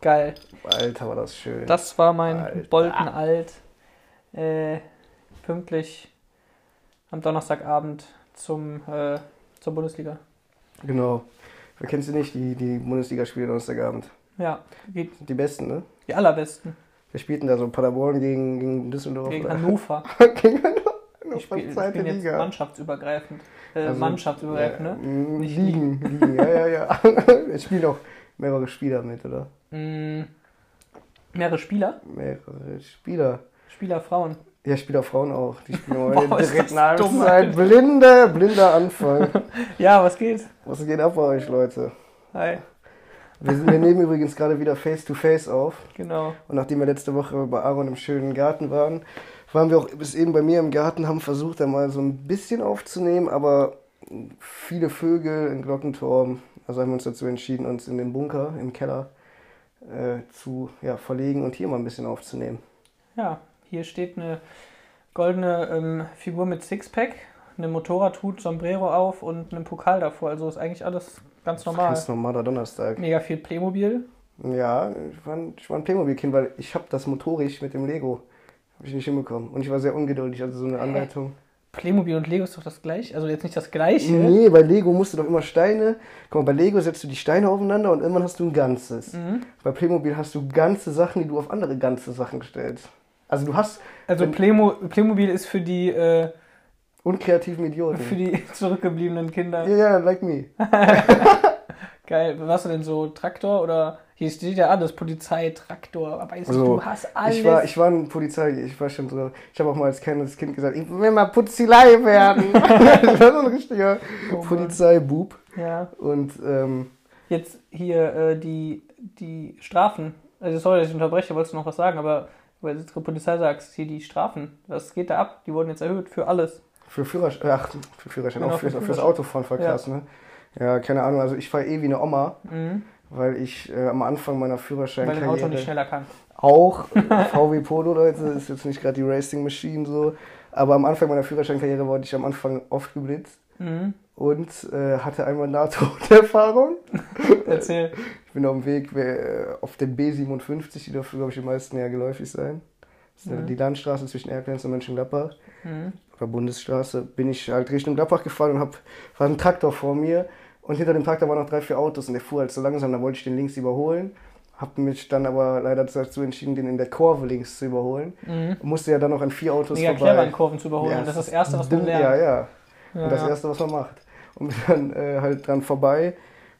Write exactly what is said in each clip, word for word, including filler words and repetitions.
Geil. Alter, war das schön. Das war mein Alter. Bolton Alt. Äh, pünktlich am Donnerstagabend zum, äh, zur Bundesliga. Genau. Wer kennst du nicht, die, die Bundesligaspiele Donnerstagabend? Ja, geht Die besten, ne? die allerbesten. Wir spielten da so Paderborn gegen, gegen Düsseldorf. Gegen Hannover. gegen Hannover. Die spielen, zweite spielen jetzt Liga. mannschaftsübergreifend. Äh, Also, mannschaftsübergreifend, ja, ne? mh, Nicht liegen, liegen, ja, ja, ja. Es spielen auch mehrere Spieler mit, oder? Mm, mehrere Spieler? Mehrere Spieler. Spieler Frauen. Ja, Spieler Frauen auch. Die spielen auch Boah, in der ist dritten das dumm, Halbzeit. Blinde, blinder Anfall. Ja, was geht? Was geht ab bei euch, Leute? Hi. Wir, sind, wir nehmen übrigens gerade wieder Face-to-Face auf. Genau. Und nachdem wir letzte Woche bei Aaron im schönen Garten waren, waren wir auch bis eben bei mir im Garten, haben versucht, da mal so ein bisschen aufzunehmen, aber viele Vögel, ein Glockenturm. Also haben wir uns dazu entschieden, uns in den Bunker im Keller äh, zu ja, verlegen und hier mal ein bisschen aufzunehmen. Ja, hier steht eine goldene ähm, Figur mit Sixpack, eine Motorradhut, Sombrero auf und einen Pokal davor. Also ist eigentlich alles ganz normal. Ganz normaler Donnerstag. Mega viel Playmobil. Ja, ich war ein, ich war ein Playmobil-Kind, weil ich habe das motorisch mit dem Lego habe ich nicht hinbekommen. Und ich war sehr ungeduldig, also so eine Anleitung. Playmobil und Lego ist doch das gleiche? Also jetzt nicht das gleiche? Nee, bei Lego musst du doch immer Steine. Guck mal, bei Lego setzt du die Steine aufeinander und irgendwann hast du ein Ganzes. Mhm. Bei Playmobil hast du ganze Sachen, die du auf andere ganze Sachen stellst. Also du hast... Also wenn- Playmo Playmobil ist für die, äh, unkreativen Idioten. für die zurückgebliebenen Kinder. Ja, ja, like me. Geil. Was du denn so? Traktor oder... Hier steht ja alles, Polizei, Traktor, aber weißt du, Also, du hast alles. Ich war, ich war ein Polizei, ich war schon so, ich habe auch mal als kleines Kind gesagt, ich will mal Putzilei werden. Ich war so ein richtiger Oh Mann. Polizeibub. Ja. Und ähm, Jetzt hier äh, die, die Strafen. Also sorry, dass ich unterbreche, wolltest du noch was sagen, aber weil du jetzt zur Polizei sagst, hier die Strafen, was geht da ab? Die wurden jetzt erhöht für alles. für Führerschein, ach, für Führerschein, Genau, auch fürs, für fürs Führerschein. Autofahren voll krass, ne? Ja, keine Ahnung, also ich fahre eh wie eine Oma, Mhm. weil ich äh, am Anfang meiner Weil Führerscheinkarriere... dein Auto nicht schneller kann. Auch V W Polo, Leute, ist jetzt nicht gerade die Racing Machine so, aber am Anfang meiner Führerscheinkarriere wurde ich am Anfang oft geblitzt Mhm. und äh, hatte einmal Nahtoderfahrung. Erzähl. Ich bin auf dem Weg äh, auf den B siebenundfünfzig, die dürfte, glaube ich, den meisten ja geläufig sein. Das ist Mhm. die Landstraße zwischen Erkelenz und Mönchengladbach. Mhm. Oder Bundesstraße. Bin ich halt Richtung Gladbach gefahren und hab, war ein Traktor vor mir. Und hinter dem Traktor waren noch drei, vier Autos und der fuhr halt so langsam, da wollte ich den links überholen. Hab mich dann aber leider dazu entschieden, den in der Kurve links zu überholen. Mhm. Musste ja dann noch an vier Autos Mega vorbei. clever, in Kurven zu überholen. Ja, das ist das Erste, was man dumm, lernt. Ja, ja. Ja, Und das ja. Erste, was man macht. Und bin dann äh, halt dran vorbei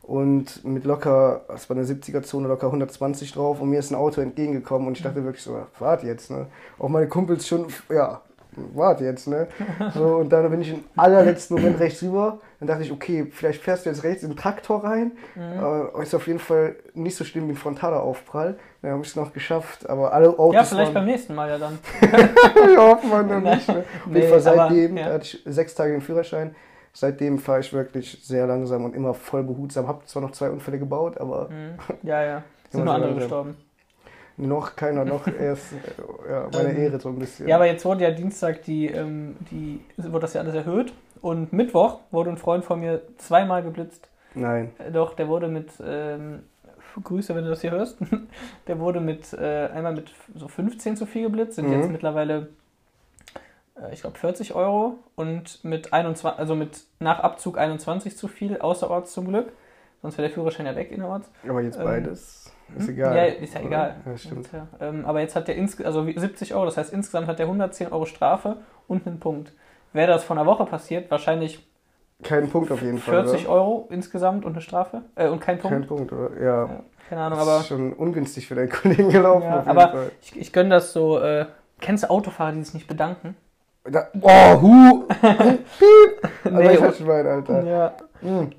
und mit locker, das war eine siebziger-Zone, locker hundertzwanzig drauf und mir ist ein Auto entgegengekommen und ich dachte wirklich so, warte jetzt, ne? Auch meine Kumpels schon, ja, warte jetzt, ne? So, und dann bin ich im allerletzten Moment rechts rüber. Dann dachte ich, okay, vielleicht fährst du jetzt rechts in den Traktor rein. Mhm. Aber ist auf jeden Fall nicht so schlimm wie ein frontaler Aufprall. Dann habe ich es noch geschafft. Aber alle Autos Ja, vielleicht beim waren... nächsten Mal ja dann. Wir hoffen wir dann nicht. Ne? Auf Nee, jeden Fall aber, seitdem, ja. da hatte ich sechs Tage den Führerschein. Seitdem fahre ich wirklich sehr langsam und immer voll behutsam. Habe zwar noch zwei Unfälle gebaut, aber Mhm. Ja, ja. Sind Immer nur so andere langsam. gestorben. noch keiner, noch erst äh, ja, meine Ähm, Ehre so ein bisschen. Ja, aber jetzt wurde ja Dienstag die, ähm, die, wurde das ja alles erhöht. Und Mittwoch wurde ein Freund von mir zweimal geblitzt. Nein. Äh, Doch, der wurde mit, ähm, Grüße, wenn du das hier hörst, der wurde mit, äh, einmal mit so fünfzehn zu viel geblitzt, sind Mhm. jetzt mittlerweile, äh, ich glaube, vierzig Euro und mit einundzwanzig, also mit nach Abzug einundzwanzig zu viel, außerorts zum Glück. Sonst wäre der Führerschein ja weg innerorts. Aber jetzt Ähm, beides ist Hm? egal. Ja, ist ja oder? egal. Ja, stimmt. Ja, ähm, aber jetzt hat der ins, also wie- siebzig Euro, das heißt insgesamt hat der hundertzehn Euro Strafe und einen Punkt. Wäre das vor einer Woche passiert, wahrscheinlich Kein Punkt auf jeden Fall. vierzig Euro insgesamt und eine Strafe äh, und kein Oder? Punkt. Kein Punkt, oder? Ja. Ja, keine Ahnung, Das aber ist schon ungünstig für deinen Kollegen gelaufen. Ja, auf jeden aber- Fall. ich, ich gönne das so. Äh, kennst du Autofahrer, die sich nicht bedanken? Da, oh, hu, piep. Also Nee, ich hab Schwein, Alter. Ja. Hm.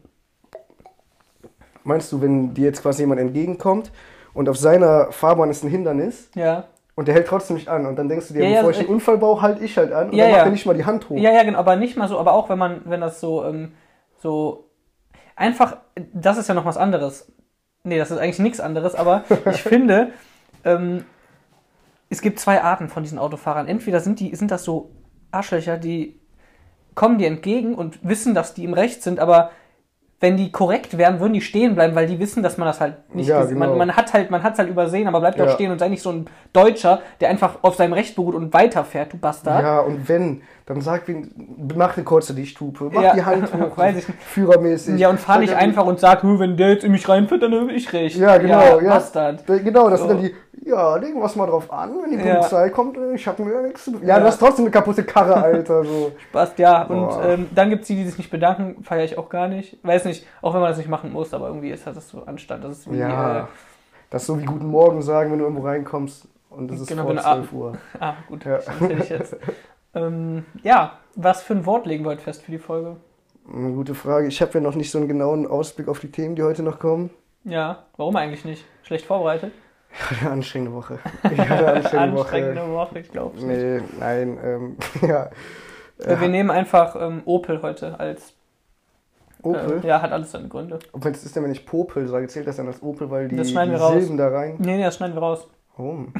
Meinst du, wenn dir jetzt quasi jemand entgegenkommt und auf seiner Fahrbahn ist ein Hindernis Ja. und der hält trotzdem nicht an und dann denkst du dir, Ja, ja, bevor ich äh, einen Unfall baue, halte ich halt an und Ja, dann ja. macht er nicht mal die Hand hoch. Ja, ja, genau, aber nicht mal so, aber auch wenn man, wenn das so, ähm, so einfach, das ist ja noch was anderes. Nee, das ist eigentlich nichts anderes, aber ich finde, ähm, es gibt zwei Arten von diesen Autofahrern. Entweder sind die, sind das so Arschlöcher, die kommen dir entgegen und wissen, dass die im Recht sind, aber wenn die korrekt wären, würden die stehen bleiben, weil die wissen, dass man das halt nicht Ja, ges- genau. man, man hat halt man hat's halt übersehen, aber bleibt Ja. doch stehen und sei nicht so ein Deutscher, der einfach auf seinem Recht beruht und weiterfährt, du Bastard. Ja, und wenn, dann sag, wie- mach eine kurze Lichthupe, mach Ja, die Hand hoch, weiß ich nicht. führermäßig. Ja, und fahr Sag nicht dann- einfach und sag, "Hö, wenn der jetzt in mich reinfährt, dann habe ich recht. Ja, genau, ja. Bastard. Da- Genau, das So. sind dann die, ja, legen wir es mal drauf an, wenn die Ja. Polizei kommt, äh, ich hab mir ja nichts zu. Ja, Ja. du hast trotzdem eine kaputte Karre, Alter, so. Passt, ja. Und Boah. ähm, dann gibt es die, die sich nicht bedanken, feiere ich auch gar nicht. Weiß nicht, auch wenn man das nicht machen muss, aber irgendwie ist das so Anstand. Das ist wie, Ja, äh, das ist so wie Guten Morgen sagen, wenn du irgendwo reinkommst und es ist Genau, vor wenn du zwölf Uhr. ah, gut, Ja. das erzähl ich jetzt. ähm, ja, was für ein Wort legen wir heute fest für die Folge? Eine gute Frage. Ich habe ja noch nicht so einen genauen Ausblick auf die Themen, die heute noch kommen. Ja, warum eigentlich nicht? Schlecht vorbereitet? Ich hatte eine anstrengende Woche. Ich hatte eine anstrengende Anstrengende Woche. Woche, ich glaube nicht. Nee, nein, ähm, ja. Äh, Wir nehmen einfach ähm, Opel heute als. Opel? Äh, ja, hat alles seine Gründe. Und wenn es ist denn, wenn ich Popel sage, zählt das dann als Opel, weil die, Das schneiden die wir raus. Silben da rein. Nee, nee, das schneiden wir raus. Warum?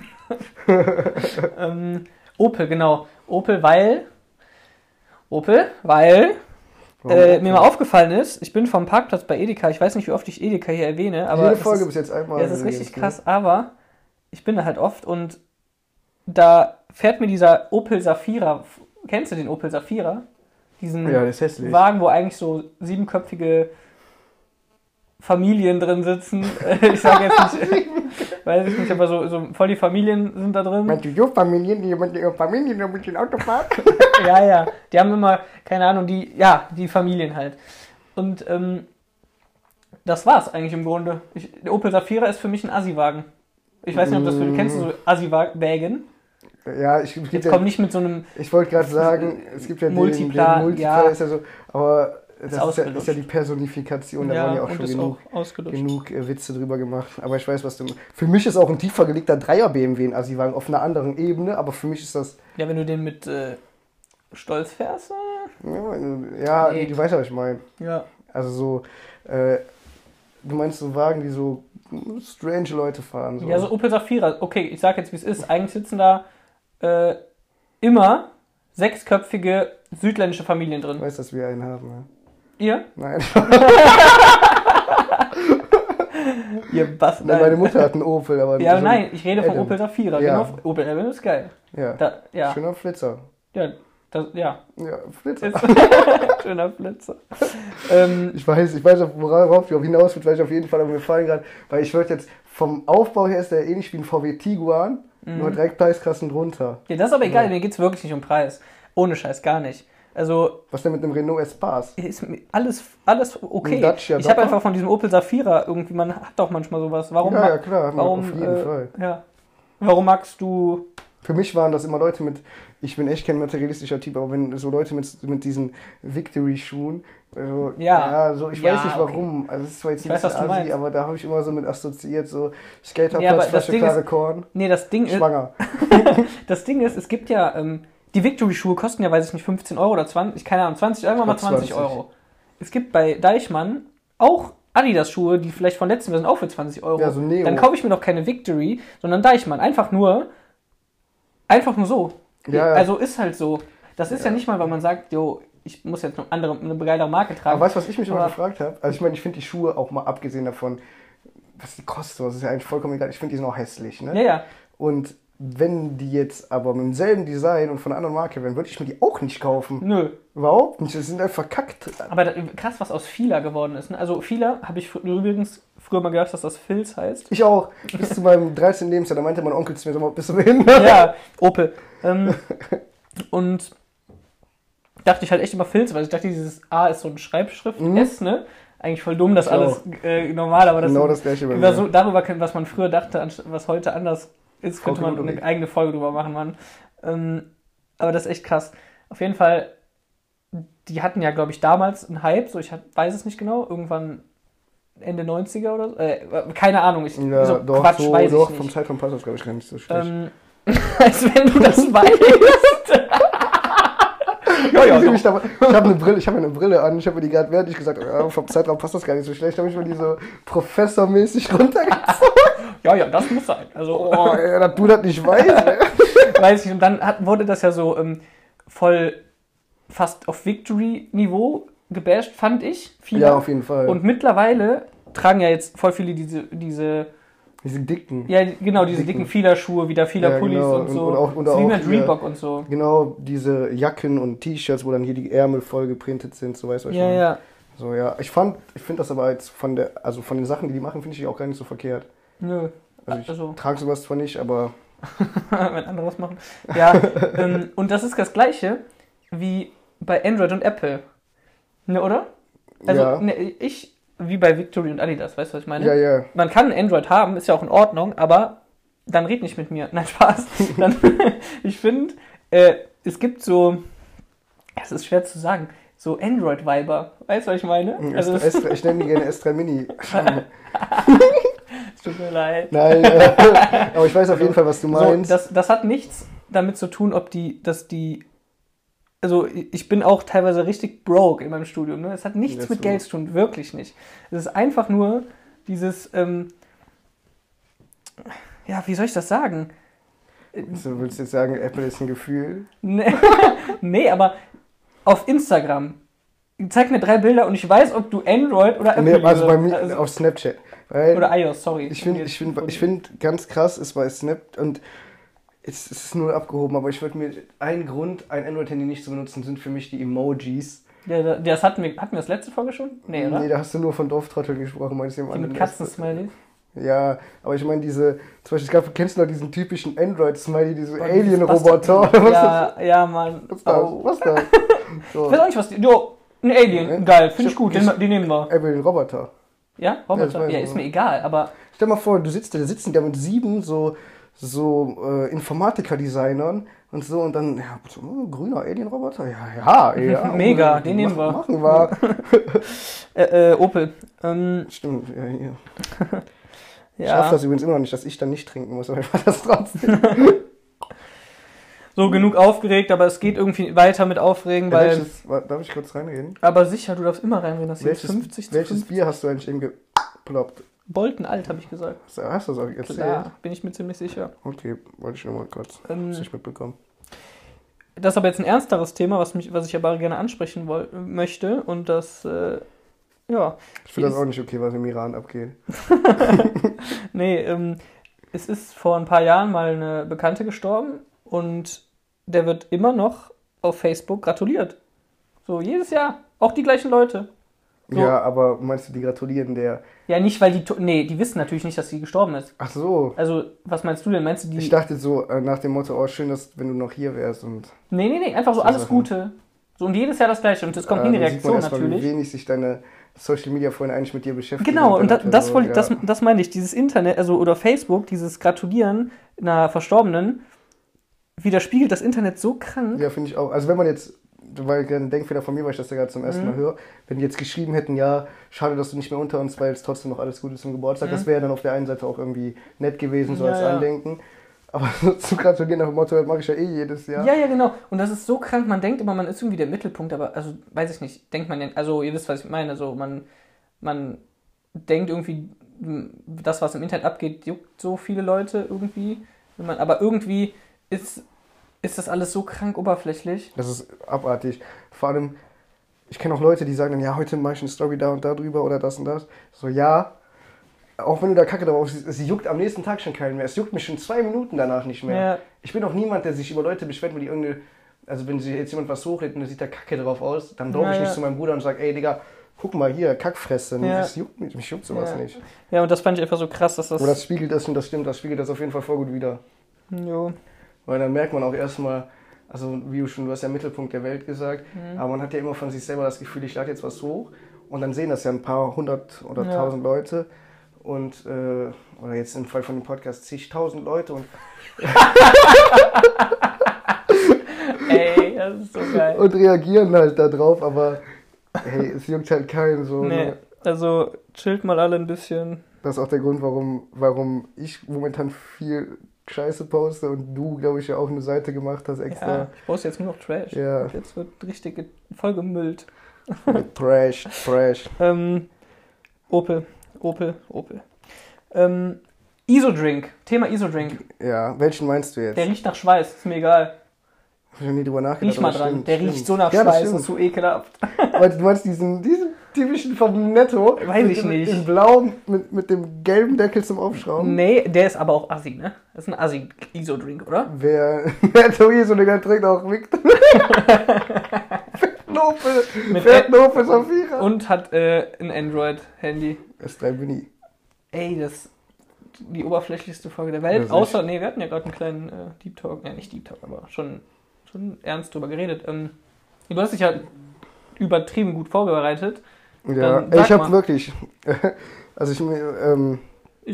ähm, Opel, genau. Opel, weil. Opel, weil. Warum Äh, Opel? mir mal aufgefallen ist, ich bin vom Parkplatz bei Edeka, ich weiß nicht, wie oft ich Edeka hier erwähne, aber Jede das Folge ist, bis jetzt einmal. ja, das ist gewesen, richtig ne? krass, aber ich bin da halt oft und da fährt mir dieser Opel Safira, kennst du den Opel Safira? Diesen Ja, der ist hässlich. Wagen, wo eigentlich so siebenköpfige Familien drin sitzen. Ich sage jetzt nicht, weiß ich nicht, aber so, so voll die Familien sind da drin. Meinst du Jo-Familien, die mit ihrer Familie noch mit dem Auto fahren? Ja, ja. Die haben immer, keine Ahnung, die, ja, die Familien halt. Und ähm, das war's eigentlich im Grunde. Ich, der Opel Safira ist für mich ein Assi-Wagen. Ich weiß nicht, ob das für, kennst du so Assi-Wägen? Ja, ich, es gibt Jetzt ja, komm nicht mit so einem, ich wollte gerade sagen, es gibt ja den, Multiplan, den Multiplan ja. ist ja so, aber das ist ja, ausgelutscht. ist ja die Personifikation, da ja, waren ja auch und schon ist genug, auch ausgelutscht. genug äh, Witze drüber gemacht. Aber ich weiß, was du. Für mich ist auch ein tiefer gelegter Dreier B M W ein Assi-Wagen auf einer anderen Ebene, aber für mich ist das. Ja, wenn du den mit äh, Stolz fährst, äh, Ja, ja Nee. du weißt ja, was ich meine. ja. Also so, äh, du meinst so Wagen, die so strange Leute fahren. So. Ja, so Opel Safira. Okay, ich sag jetzt, wie es ist. Eigentlich sitzen da äh, immer sechsköpfige südländische Familien Ich drin. weiß, dass wir einen haben. Ja. Ihr? Nein. Ihr Bastard. Nein, meine Mutter hat einen Opel, aber. Ja, so- nein, ich rede vom Adam. Opel Safira. Ja. Genau, Opel Adam ist geil. Ja. Da, ja, Schöner Flitzer. ja, das, ja. Ja, Flitzer. Ist schöner Flitzer. ähm, Ich weiß, ich weiß, worauf du hinaus willst, weil ich auf jeden Fall, aber mir fallen gerade, weil ich würde jetzt, vom Aufbau her ist der ähnlich wie ein V W Tiguan, Mhm. nur direkt Preisklassen drunter. ja, das ist aber egal, mir geht's wirklich nicht um Preis. Ohne Scheiß, gar nicht. Also, Was denn mit einem Renault Espace? ist mir alles, alles okay. Ein Dacia Ich habe Docker? einfach von diesem Opel Safira irgendwie, man hat doch manchmal sowas. Warum, Ja, ma- ja, klar, warum, auf jeden äh, Fall. Ja. Warum magst du. Für mich waren das immer Leute mit, ich bin echt kein materialistischer Typ, aber wenn so Leute mit, mit diesen Victory-Schuhen, also, Ja. ja, so, ich Ja, weiß nicht okay. warum, also es ist zwar jetzt Ich ein weiß, was bisschen du assi, meinst. aber da habe ich immer so mit assoziiert, so Ja, aber Skaterplatz, das Flasche Ding klare ist- Korn, Nee, das Ding ist. schwanger. Das Ding ist, es gibt ja. Ähm, die Victory-Schuhe kosten ja, weiß ich nicht, fünfzehn Euro oder zwanzig, keine Ahnung, zwanzig, irgendwann mal zwanzig Euro. Es gibt bei Deichmann auch Adidas-Schuhe, die vielleicht von letztem Jahr sind, auch für zwanzig Euro. Ja, so Neo. Dann kaufe ich mir doch keine Victory, sondern Deichmann. Einfach nur. Einfach nur so. Ja, ja. Also ist halt so. Das ist ja, nicht mal, weil man sagt, jo, ich muss jetzt eine andere, eine geilere Marke tragen. Aber weißt du, was ich mich immer Aber- gefragt habe? Also ich meine, ich finde die Schuhe auch mal abgesehen davon, was die kosten, das ist ja eigentlich vollkommen egal. Ich finde, die sind auch hässlich, ne? Ja, ja. Und wenn die jetzt aber mit demselben Design und von einer anderen Marke wären, würde ich mir die auch nicht kaufen. Nö. Überhaupt nicht. Das sind einfach verkackt. Aber da, krass, was aus Fila geworden ist. Ne? Also Fila habe ich fr- übrigens früher mal gedacht, dass das Filz heißt. Ich auch. Bis zu meinem dreizehnten Lebensjahr, da meinte mein Onkel zu mir, sag mal, bist du behindert? Ja, Opel. Ähm, und dachte ich halt echt immer Filz, weil ich dachte, dieses A ist so eine Schreibschrift, Mhm. S, ne? Eigentlich voll dumm, das Ich alles äh, normal, aber das, Genau das gleiche bei über mir. so, darüber, können- was man früher dachte, anst- was heute anders ist, könnte man Folklore. eine eigene Folge drüber machen, Mann. Ähm, aber das ist echt krass. Auf jeden Fall, die hatten ja, glaube ich, damals einen Hype, so ich hab, weiß es nicht genau, irgendwann Ende neunziger oder so. Äh, keine Ahnung, ich, Ja, so doch, Quatsch, so, weiß doch, ich vom nicht. Zeitraum passt das, glaube ich, gar nicht so schlecht. Ähm, als wenn du das weißt. ja, ja, ich doch. ich habe eine Brille, ich habe eine Brille an, ich habe mir die gerade während ich gesagt, ja, vom Zeitraum passt das gar nicht so schlecht, habe ich mir die so professormäßig runtergezogen. ja, ja, das muss sein. Also, Oh, ey, dass du das nicht weißt, ey. weiß ich, und dann hat, wurde das ja so ähm, voll fast auf Victory-Niveau gebasht, fand ich. Viele. Ja, auf jeden Fall. Und mittlerweile tragen ja jetzt voll viele diese, diese diese dicken. Ja, genau, diese dicken, dicken Fila-Schuhe, wieder Fila-Pullis ja, genau. und so. Und, und auch, und so auch wie mit hier, Reebok und so. Genau, diese Jacken und T-Shirts, wo dann hier die Ärmel voll geprintet sind, so weißt du was ich Ja, meine? ja. So, ja. Ich fand, ich finde das aber als von der, also von den Sachen, die die machen, finde ich die auch gar nicht so verkehrt. Nö. Also ich Also. trage sowas zwar nicht, aber... wenn andere was machen. Ja, ähm, und das ist das Gleiche wie bei Android und Apple. Ne, oder? Also, ja. ne, ich, wie bei Victory und Adidas, weißt du, was ich meine? Ja, ja. Man kann ein Android haben, ist ja auch in Ordnung, aber dann red nicht mit mir. Nein, Spaß. Dann, ich finde, äh, es gibt so, es ist schwer zu sagen, so Android-Viber. Weißt du, was ich meine? Also, S drei, ich nenne die gerne S drei Mini. Tut mir leid. Nein, äh, aber ich weiß auf jeden Fall, was du meinst. So, das, das hat nichts damit zu tun, ob die, dass die, also ich bin auch teilweise richtig broke in meinem Studium, ne? Es hat nichts Jetzt mit so. Geld zu tun, wirklich nicht. Es ist einfach nur dieses, ähm, ja, wie soll ich das sagen? So, willst du jetzt sagen, Apple ist ein Gefühl? Nee, nee, aber auf Instagram, zeig mir drei Bilder und ich weiß, ob du Android oder Apple Nee, also bei mir also, auf Snapchat. Weil oder iOS, sorry. Ich finde, ich finde, ich finde ganz krass ist bei Snap und es ist nur abgehoben, aber ich würde mir, ein Grund, ein Android-Handy nicht zu benutzen, sind für mich die Emojis. Ja, das hatten wir, hatten wir das letzte Folge schon? Nee, oder? Nee, da hast du nur von Dorftrotteln gesprochen, meinst du? Die mit Katzen-Smileys? Ja, aber ich meine diese, zum Beispiel, ich glaube, kennst du noch diesen typischen Android-Smiley, diese Oh, Alien-Roboter? Ja, ja, Mann. Was das? Oh. Was das? So. Ich weiß auch nicht, was die, jo, ein Alien, Ja. geil, finde ich Ich- gut, ich- den, den nehmen wir. Alien-Roboter. Ja, Ja, Roboter? das Ja, weiß ich ist auch. mir egal, aber Stell mal vor, du sitzt da, da sitzen da mit sieben so, so äh, Informatiker-Designern und so und dann, ja, so, hm, grüner Alien-Roboter? Ja, ja, ja. Mega, äh, den nehmen wir. Machen wir. äh, äh, Opel. Ähm, Stimmt, ja, hier. Ich ja. schaffe das übrigens immer noch nicht, dass ich dann nicht trinken muss, aber ich war das trotzdem. So, genug aufgeregt, aber es geht irgendwie weiter mit Aufregen, weil... welches, warte, darf ich kurz reinreden? Aber sicher, du darfst immer reinreden, das hier ist Welches, fünfzig zu welches fünfzig. Bier hast du eigentlich eben geploppt? Bolton alt, habe ich gesagt. Hast du- Hast du das auch erzählt? Klar, bin ich mir ziemlich sicher. Okay, wollte ich nur mal kurz. Ähm, Hast du nicht mitbekommen. Das ist aber jetzt ein ernsteres Thema, was, mich, was ich aber gerne ansprechen woll, möchte. Und das, äh, ja. Ich finde das ist- auch nicht okay, was im Iran abgeht. Nee, ähm, es ist vor ein paar Jahren mal eine Bekannte gestorben und der wird immer noch auf Facebook gratuliert. So, jedes Jahr. Auch die gleichen Leute. So. Ja, aber meinst du, die gratulieren der... Ja, nicht, weil die, to- nee, die wissen natürlich nicht, dass sie gestorben ist. Ach so. Also, was meinst du denn? Meinst du die... Ich dachte so äh, nach dem Motto, oh, schön, dass, wenn du noch hier wärst und... Nee, nee, nee, einfach so So alles Sachen. Gute. So, und jedes Jahr das Gleiche. Und es kommt nie äh, eine dann sieht man Reaktion erst mal, natürlich. wie wenig sich deine Social-Media-Freunde eigentlich mit dir beschäftigen. Genau, und da, deiner das, Person, wollte, das, ja. das meine ich, dieses Internet, also oder Facebook, dieses Gratulieren einer Verstorbenen, widerspiegelt das Internet so krank. Ja, finde ich auch. Also wenn man jetzt, weil ein Denkfehler von mir, weil ich das ja gerade zum ersten Mhm. Mal höre, wenn die jetzt geschrieben hätten, ja, schade, dass du nicht mehr unter uns, weil es trotzdem noch alles Gute zum Geburtstag, Mhm. das wäre ja dann auf der einen Seite auch irgendwie nett gewesen, so Ja, als ja. Andenken. Aber so zu gratulieren nach dem Motto, das mache ich ja eh jedes Jahr. Ja, ja, genau. Und das ist so krank, man denkt immer, man ist irgendwie der Mittelpunkt, aber, also, weiß ich nicht, denkt man ja, also, ihr wisst, was ich meine, so, man, man denkt irgendwie, das, was im Internet abgeht, juckt so viele Leute irgendwie, wenn man, aber irgendwie ist, ist das alles so krank oberflächlich. Das ist abartig. Vor allem, ich kenne auch Leute, die sagen dann, ja, heute mache ich eine Story da und da drüber oder das und das. So, ja, auch wenn du da Kacke drauf siehst, es juckt am nächsten Tag schon keinen mehr. Es juckt mich schon zwei Minuten danach nicht mehr. Ja. Ich bin auch niemand, der sich über Leute beschwert, weil die irgendeine, also wenn sich jetzt jemand was hochlädt und der sieht da Kacke drauf aus, dann laufe Ja, ich nicht ja. zu meinem Bruder und sage, ey Digga, guck mal hier, Kackfresse. Ja. Das juckt mich, mich juckt sowas Ja. nicht. Ja, und das fand ich einfach so krass, dass das... Aber das spiegelt das und das stimmt, das spiegelt das auf jeden Fall voll gut wider. Jo. Weil dann merkt man auch erstmal, also wie du schon, du hast ja Mittelpunkt der Welt gesagt, Mhm. aber man hat ja immer von sich selber das Gefühl, ich lade jetzt was hoch und dann sehen das ja ein paar hundert oder Ja. tausend Leute und, äh, oder jetzt im Fall von dem Podcast zigtausend Leute und, Ey, das ist so geil. und reagieren halt da drauf, aber hey, es juckt halt keinen so. Nee, Ne? also chillt mal alle ein bisschen. Das ist auch der Grund, warum, warum ich momentan viel Scheiße poste und du, glaube ich, ja auch eine Seite gemacht hast extra. Ja, ich brauch's jetzt nur noch Trash. Ja. Und jetzt wird richtig ge- voll gemüllt. Mit Trash, Trash. Ähm, Opel, Opel, Opel. Ähm, Isodrink, Thema Isodrink. Ja, welchen meinst du jetzt? Der riecht nach Schweiß, ist mir egal. Hab ich noch nie drüber nachgedacht. Riech mal aber dran, stimmt, der stimmt. riecht so nach Ja, das Schweiß, das stimmt. ist so ekelhaft. Du meinst diesen, diesen typischen vom Netto? Weiß mit ich dem, nicht. In blau mit, mit dem gelben Deckel zum Aufschrauben? Nee, der ist aber auch assi, ne? Das ist ein Assi-Iso-Drink, oder? Wer Netto Iso, der trinkt auch Victor. Nopel, Mit Fährt Ä- Nopel Saphira. Und hat äh, ein Android-Handy. S drei Mini. Ey, das die oberflächlichste Folge der Welt. Das ist Außer, nee, wir hatten ja gerade einen kleinen äh, Deep Talk. Ja, nicht Deep Talk, aber schon, schon ernst drüber geredet. Ähm, du hast dich ja übertrieben gut vorbereitet. Ja, Dann sag ich habe mal. wirklich, also ich mir, ähm, Ich,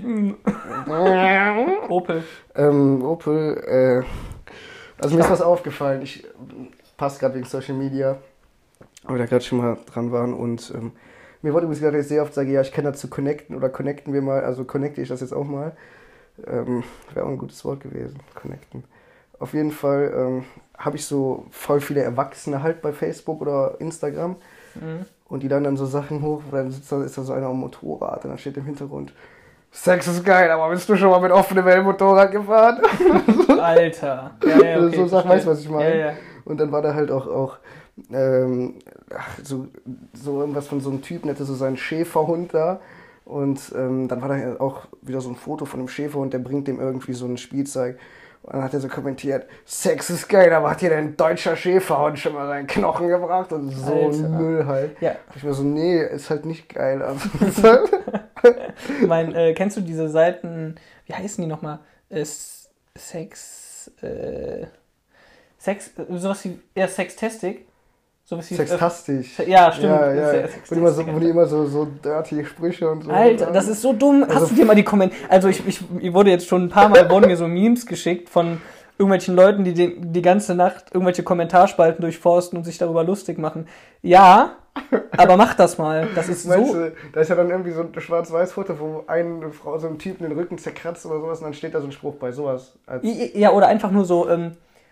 Opel. ähm, Opel, äh, also mir ist was aufgefallen. Ich passe gerade wegen Social Media, aber da gerade schon mal dran waren und ähm, mir wurde übrigens gerade sehr oft sage, ja, ich kann dazu connecten oder connecten wir mal, also connecte ich das jetzt auch mal. Ähm, Wäre auch ein gutes Wort gewesen, connecten. Auf jeden Fall ähm, habe ich so voll viele Erwachsene halt bei Facebook oder Instagram. Mhm. Und die dann dann so Sachen hoch, wo dann sitzt da, ist da so einer am Motorrad und dann steht im Hintergrund, Sex ist geil, aber bist du schon mal mit offenem Helm Motorrad gefahren? Alter. Ja, ja, okay, so Sachen, weißt du, was ich meine? Ja, ja. Und dann war da halt auch, auch ähm, ach, so, so irgendwas von so einem Typen, der hatte so seinen Schäferhund da. Und ähm, dann war da auch wieder so ein Foto von einem Schäferhund, der bringt dem irgendwie so ein Spielzeug. Und dann hat er so kommentiert, Sex ist geil, aber hat hier dein deutscher Schäferhund schon mal seinen Knochen gebracht? Und so Alter. Müll halt. Ja. Ich war so, nee, ist halt nicht geil. Also, ist halt Mein, äh, kennst du diese Seiten, wie heißen die nochmal? Äh, Sex, äh, Sex, äh, sowas wie, eher Sextastic? Sowas wie, sextastisch. Äh, ja, stimmt. Ja, Das ist ja. Wo die immer so, wo die immer so, so dirty Sprüche und so. Alter, das ist so dumm. Hast Also- du dir mal die Kommentare... Also ich, ich, ich wurde jetzt schon ein paar Mal, wurden mir so Memes geschickt von irgendwelchen Leuten, die die, die ganze Nacht irgendwelche Kommentarspalten durchforsten und sich darüber lustig machen. Ja, aber mach das mal. Das ist Meinst so... du, da ist ja dann irgendwie so ein Schwarz-Weiß-Foto, wo eine Frau so einem Typen den Rücken zerkratzt oder sowas und dann steht da so ein Spruch bei sowas. Als Ja, oder einfach nur so... Ähm,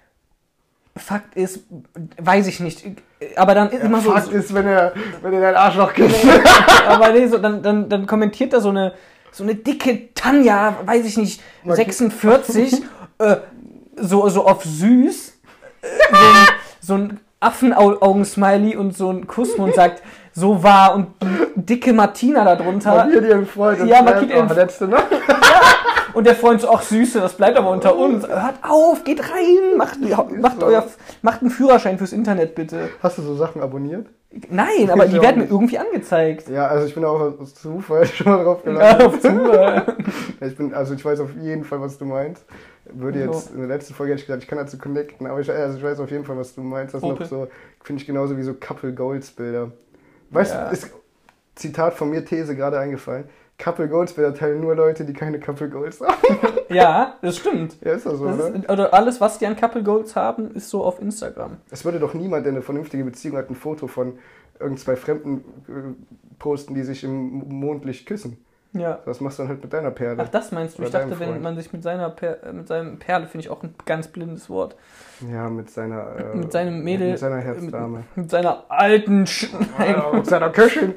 Fakt ist, weiß ich nicht. Aber dann ist ja, immer so... Fakt ist, wenn er, wenn er dein Arschloch gibt. Aber nee, so, dann, dann, dann kommentiert da so eine, so eine dicke Tanja, weiß ich nicht, Marki- sechsundvierzig, äh, so, so auf süß, äh, so ein, so ein Affenaugen-Smiley und so ein Kussmund sagt, so war und die dicke Martina da drunter. Markiert ihren Freund. und Ja, schreibt, markiert ihren oh, letzte Nacht. Und der Freund so, ach Süße, das bleibt aber unter uns. Hört auf, geht rein, macht, macht, so. euer, macht einen Führerschein fürs Internet bitte. Hast du so Sachen abonniert? Nein, aber die Ich werden auch mir irgendwie angezeigt. Ja, also ich bin auch aus Zufall schon mal drauf Ja, gelandet. auf Zufall. Ich bin, also ich weiß auf jeden Fall, was du meinst. Würde jetzt, in der letzten Folge hätte ich gesagt, ich kann dazu connecten, aber ich, also ich weiß auf jeden Fall, was du meinst. Das sind Okay. noch so, finde ich genauso wie so Couple Goals Bilder. Weißt Ja. du, ist Zitat von mir, These gerade eingefallen. Couple Goals Bilder teilen nur Leute, die keine Couple Goals haben. Ja, das stimmt. Ja, ist das so, Das oder? ist, oder alles, was die an Couple Goals haben, ist so auf Instagram. Es würde doch niemand, der eine vernünftige Beziehung hat, ein Foto von irgend zwei Fremden äh, posten, die sich im Mondlicht küssen. Ja. Das machst du dann halt mit deiner Perle. Ach, das meinst du? Oder Ich dachte, deinem wenn Freund. man sich mit seiner per äh, mit seinem Perle, finde ich auch ein ganz blindes Wort. Ja, mit seiner... Äh, Mit seinem Mädel. Mit seiner Herzdame. Mit, mit seiner alten Sch Nein, Ja, mit seiner Köchin.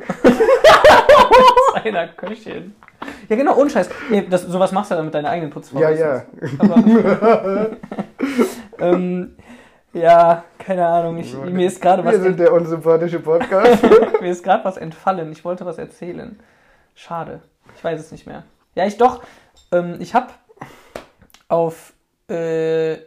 seiner Köchin. Ja, genau, ohne Scheiß. Nee, das, sowas machst du dann mit deiner eigenen Putzfrau. Ja, ist ja. das. Aber, ähm, ja, keine Ahnung. Ich, mir ist gerade was, Wir sind der unsympathische Podcast. mir ist gerade was entfallen. Ich wollte was erzählen. Schade. Ich weiß es nicht mehr. Ja, ich doch. Ähm, ich habe auf äh,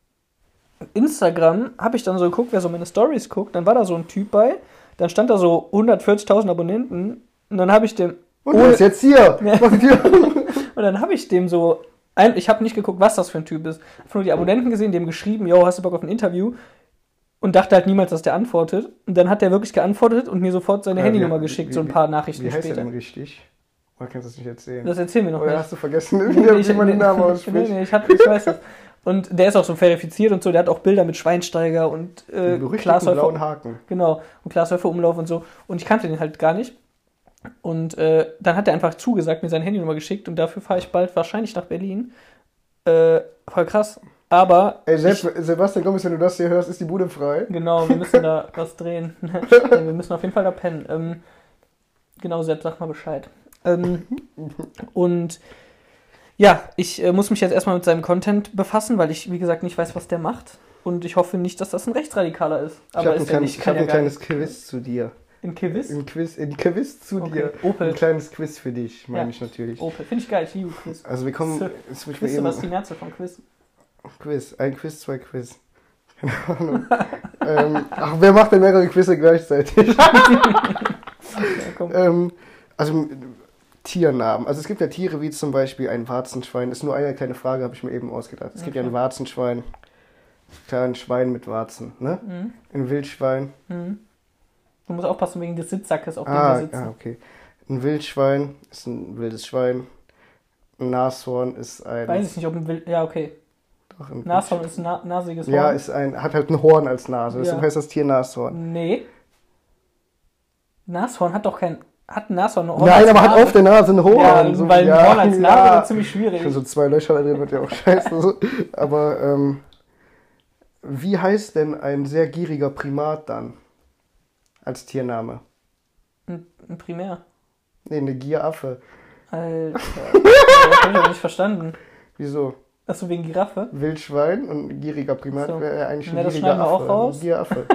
Instagram habe ich dann so geguckt, wer so meine Stories guckt. Dann war da so ein Typ bei. Dann stand da so hundertvierzigtausend Abonnenten. Und dann habe ich dem Und der ist jetzt hier. Ja. Was ist hier? Und dann habe ich dem so, ein, ich habe nicht geguckt, was das für ein Typ ist. Einfach nur die Abonnenten gesehen, dem geschrieben, yo, hast du Bock auf ein Interview? Und dachte halt niemals, dass der antwortet. Und dann hat der wirklich geantwortet und mir sofort seine Ja, Handynummer wie- geschickt, wie- so ein paar Nachrichten Wie heißt später. der denn richtig? Oder kannst du das nicht erzählen? Das erzählen wir noch Oder nicht. hast du vergessen, Nee, wie, ich- wie man den Namen nee, ausspricht? nee, ich, hab, ich weiß das. Und der ist auch so verifiziert und so, der hat auch Bilder mit Schweinsteiger und äh, Den berüchtigten Glashäufer. blauen Haken. Genau, und Glashäufer Umlauf und so. Und ich kannte den halt gar nicht. Und äh, dann hat er einfach zugesagt, mir seine Handynummer geschickt und dafür fahre ich bald wahrscheinlich nach Berlin. Äh, voll krass. Aber. Ey, ich, Sepp, Sebastian Gomez, wenn du das hier hörst, ist die Bude frei. genau, wir müssen da was drehen. Nee, wir müssen auf jeden Fall da pennen. Ähm, genau, Sepp, sag mal Bescheid. Ähm, und ja, ich äh, muss mich jetzt erstmal mit seinem Content befassen, weil ich, wie gesagt, nicht weiß, was der macht. Und ich hoffe nicht, dass das ein Rechtsradikaler ist. Ich Aber habe ein, ist ja kleines, nicht, ich kann hab ja ein gar kleines nicht. Quiz zu dir. In Quiz? In Quiz, in Quiz zu Okay. dir. Opel. Ein kleines Quiz für dich, meine Ja. ich natürlich. Opel. Finde ich geil, ich liebe Quiz. Also wir kommen, So. jetzt muss ich Wisst mir ihr, eben, was ist die Mehrzahl von Quiz? Quiz, ein Quiz, zwei Quiz. Keine Ahnung. ähm, ach, wer macht denn mehrere Quizze gleichzeitig? Ja, komm. ähm, also Tiernamen. Also es gibt ja Tiere wie zum Beispiel ein Warzenschwein. Das ist nur eine kleine Frage, habe ich mir eben ausgedacht. Es gibt ja Okay. ein Warzenschwein. Klar, ein Schwein mit Warzen, ne? Mhm. Ein Wildschwein. Mhm. Du musst aufpassen wegen des Sitzsackes, auf dem Ah, wir sitzen. ah, okay. Ein Wildschwein ist ein wildes Schwein. Ein Nashorn ist ein... Weiß ich nicht, ob ein Wild... Ja, okay. Doch, ein Nashorn ist ein na nasiges Horn. Ja, ist ein, hat halt ein Horn als Nase. Deswegen Ja. heißt das Tier Nashorn. Nee. Nashorn hat doch kein... Hat ein Nashorn ein Horn Nein, als aber hat Nase? auf der Nase ein Horn. Ja, so, weil ja, ein Horn als Nase ja. wird ziemlich schwierig. Schon so zwei Löcher da drin wird ja auch scheiße. So. Aber ähm, wie heißt denn ein sehr gieriger Primat dann? Als Tiername? Ein, ein Primär. Nee, eine Gieraffe. Alter. Das hab ich aber nicht verstanden. Wieso? Achso, wegen Giraffe? Wildschwein und ein gieriger Primat So. wäre ja eigentlich ein Ja, das gieriger schneiden wir Affe. auch raus. Ein Gieraffe.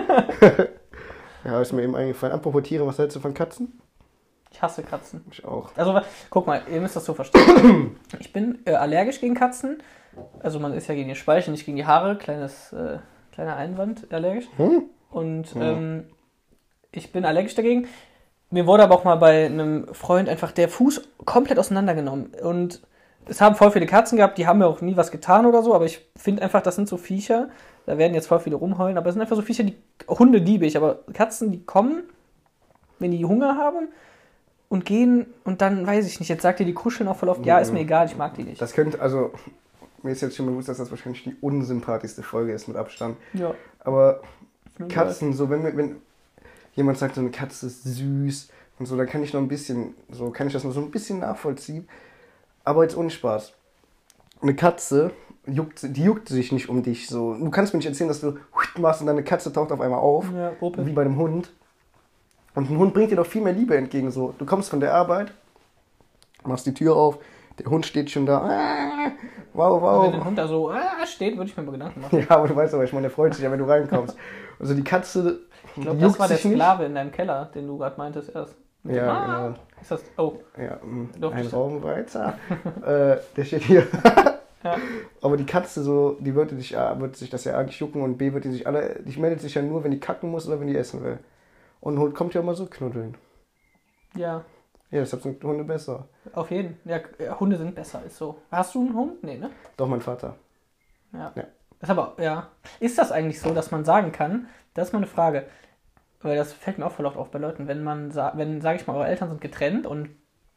Ja, ist mir eben eingefallen. Apropos Tiere, was hältst du von Katzen? Ich hasse Katzen. Ich auch. Also, wa- guck mal, ihr müsst das so verstehen. Ich bin äh, allergisch gegen Katzen. Also, man ist ja gegen die Speichen, nicht gegen die Haare. Kleines, äh, kleiner Einwand, allergisch. Hm? Und Ja. ähm, ich bin allergisch dagegen. Mir wurde aber auch mal bei einem Freund einfach der Fuß komplett auseinandergenommen. Und es haben voll viele Katzen gehabt, die haben mir auch nie was getan oder so, aber ich finde einfach, das sind so Viecher, da werden jetzt voll viele rumheulen, aber es sind einfach so Viecher, die Hunde liebe ich, aber Katzen, die kommen, wenn die Hunger haben und gehen und dann, weiß ich nicht, jetzt sagt ihr, die kuscheln auch voll oft, ja, ist mir egal, ich mag die nicht. Das könnte, also, mir ist jetzt schon bewusst, dass das wahrscheinlich die unsympathischste Folge ist mit Abstand. Ja. Aber ist mir Katzen, so, wenn, wir- wenn jemand sagt, so eine Katze ist süß und so, dann kann ich noch ein bisschen, so, kann ich das noch so ein bisschen nachvollziehen. Aber jetzt ohne Spaß. Eine Katze, juckt, die juckt sich nicht um dich, so. Du kannst mir nicht erzählen, dass du machst und deine Katze taucht auf einmal auf. egal. Ja, Opel. Wie bei einem Hund. Und ein Hund bringt dir doch viel mehr Liebe entgegen. So, du kommst von der Arbeit, machst die Tür auf, der Hund steht schon da. Ah, wow, Aber wenn wow. ein Hund da so ah, steht, würde ich mir mal Gedanken machen. Ja, aber du weißt aber, ich meine, der freut sich ja, wenn du reinkommst. Also die Katze, Ich glaube, die das juckt war der sich nicht. Sklave in deinem Keller, den du gerade meintest erst. Mit dem, Ja, ah, genau. Ist das, oh, Ja, mm, Doch, ein das- Raum weiter. äh, der steht hier. Ja. Aber die Katze so, die würde dich, A, wird sich das ja eigentlich jucken und B, wird die sich alle, die meldet sich ja nur, wenn die kacken muss oder wenn die essen will. Und ein Hund kommt ja immer so knuddeln. ja, Ja, deshalb sind Hunde besser. auf jeden. Ja, Hunde sind besser, ist so. Hast du einen Hund? Nee, ne? Doch, mein Vater. Ja. Ja. Ist aber, ja. Ist das eigentlich so, dass man sagen kann, das ist mal eine Frage, weil das fällt mir auch voll oft auf bei Leuten, wenn man, sa- wenn, sage ich mal, eure Eltern sind getrennt und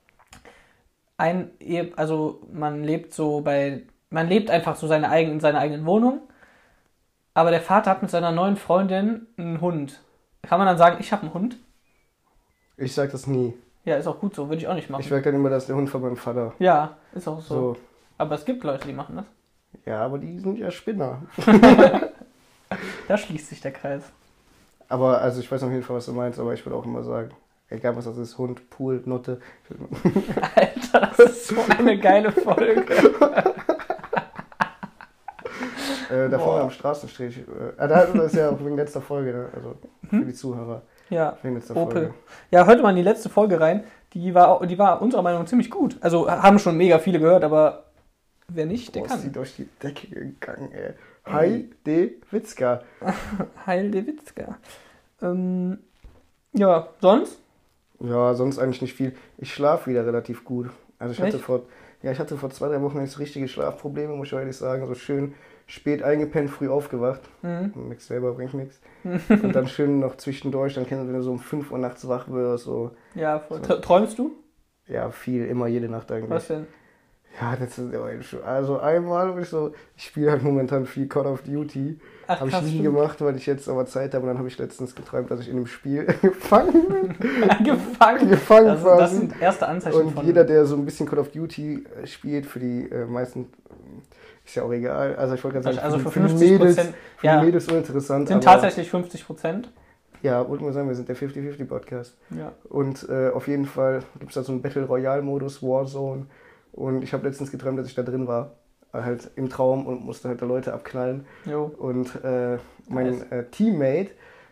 ein, Ehe- also man lebt so bei, man lebt einfach so seine eigenen, in seiner eigenen Wohnung, aber der Vater hat mit seiner neuen Freundin einen Hund. Kann man dann sagen, ich habe einen Hund? Ich sag das nie. Ja, ist auch gut so, würde ich auch nicht machen. Ich merke dann immer, dass der Hund von meinem Vater. Ja, ist auch so. So. Aber es gibt Leute, die machen das. Ja, aber die sind ja Spinner. Da schließt sich der Kreis. Aber, also ich weiß auf jeden Fall, was du meinst, aber ich würde auch immer sagen, egal was das ist, Hund, Pool, Nutte. Alter, das ist so eine geile Folge. Äh, da Boah. vorne am Straßenstrich. Äh, ah, da- das ist ja auch wegen letzter Folge, ne? Also für die Zuhörer. Ja, Wegen letzter Opel. Folge. Ja, hört mal in die letzte Folge rein. Die war, auch- die war unserer Meinung nach ziemlich gut. Also haben schon mega viele gehört, aber wer nicht, der Boah, ist die kann. durch die Decke gegangen, ey. Hi, de Witzka. Heil de Witzka. Ähm, ja, sonst? Ja, sonst eigentlich nicht viel. Ich schlafe wieder relativ gut. Also ich hatte Echt? vor, ja, ich hatte vor zwei, drei Wochen jetzt richtige Schlafprobleme, muss ich ehrlich sagen. So schön spät eingepennt, früh aufgewacht. Mhm. Nix selber bringt nichts. Und dann schön noch zwischendurch, dann kennst du, wenn du so um fünf Uhr nachts wach wirst, so, Ja, voll. So. Tr- Träumst du? ja, viel, immer jede Nacht eigentlich. Was denn? Ja, das ist ja schon, also einmal, wo ich so, ich spiele halt momentan viel Call of Duty. Ach, Habe ich krass, nie stimmt. gemacht, weil ich jetzt aber Zeit habe und dann habe ich letztens geträumt, dass ich in dem Spiel gefangen bin. Gefangen. Gefangen Das, quasi. das sind erste Anzeichen Und von... jeder, der so ein bisschen Call of Duty äh, spielt, für die äh, meisten, äh, ist ja auch egal. Also ich wollte gerade sagen, Also für, für die- für die fünfzig Mädels, Prozent, für ja. die Mädels uninteressant. sind aber, tatsächlich fünfzig Prozent. Ja, wollte mal sagen, wir sind der fünfzig fünfzig Podcast. Ja. Und äh, auf jeden Fall gibt es da so einen Battle Royale Modus, Warzone. Und ich habe letztens geträumt, dass ich da drin war. Äh, Halt im Traum und musste halt da Leute abknallen. Jo. Und äh, mein Nice. äh, Teammate,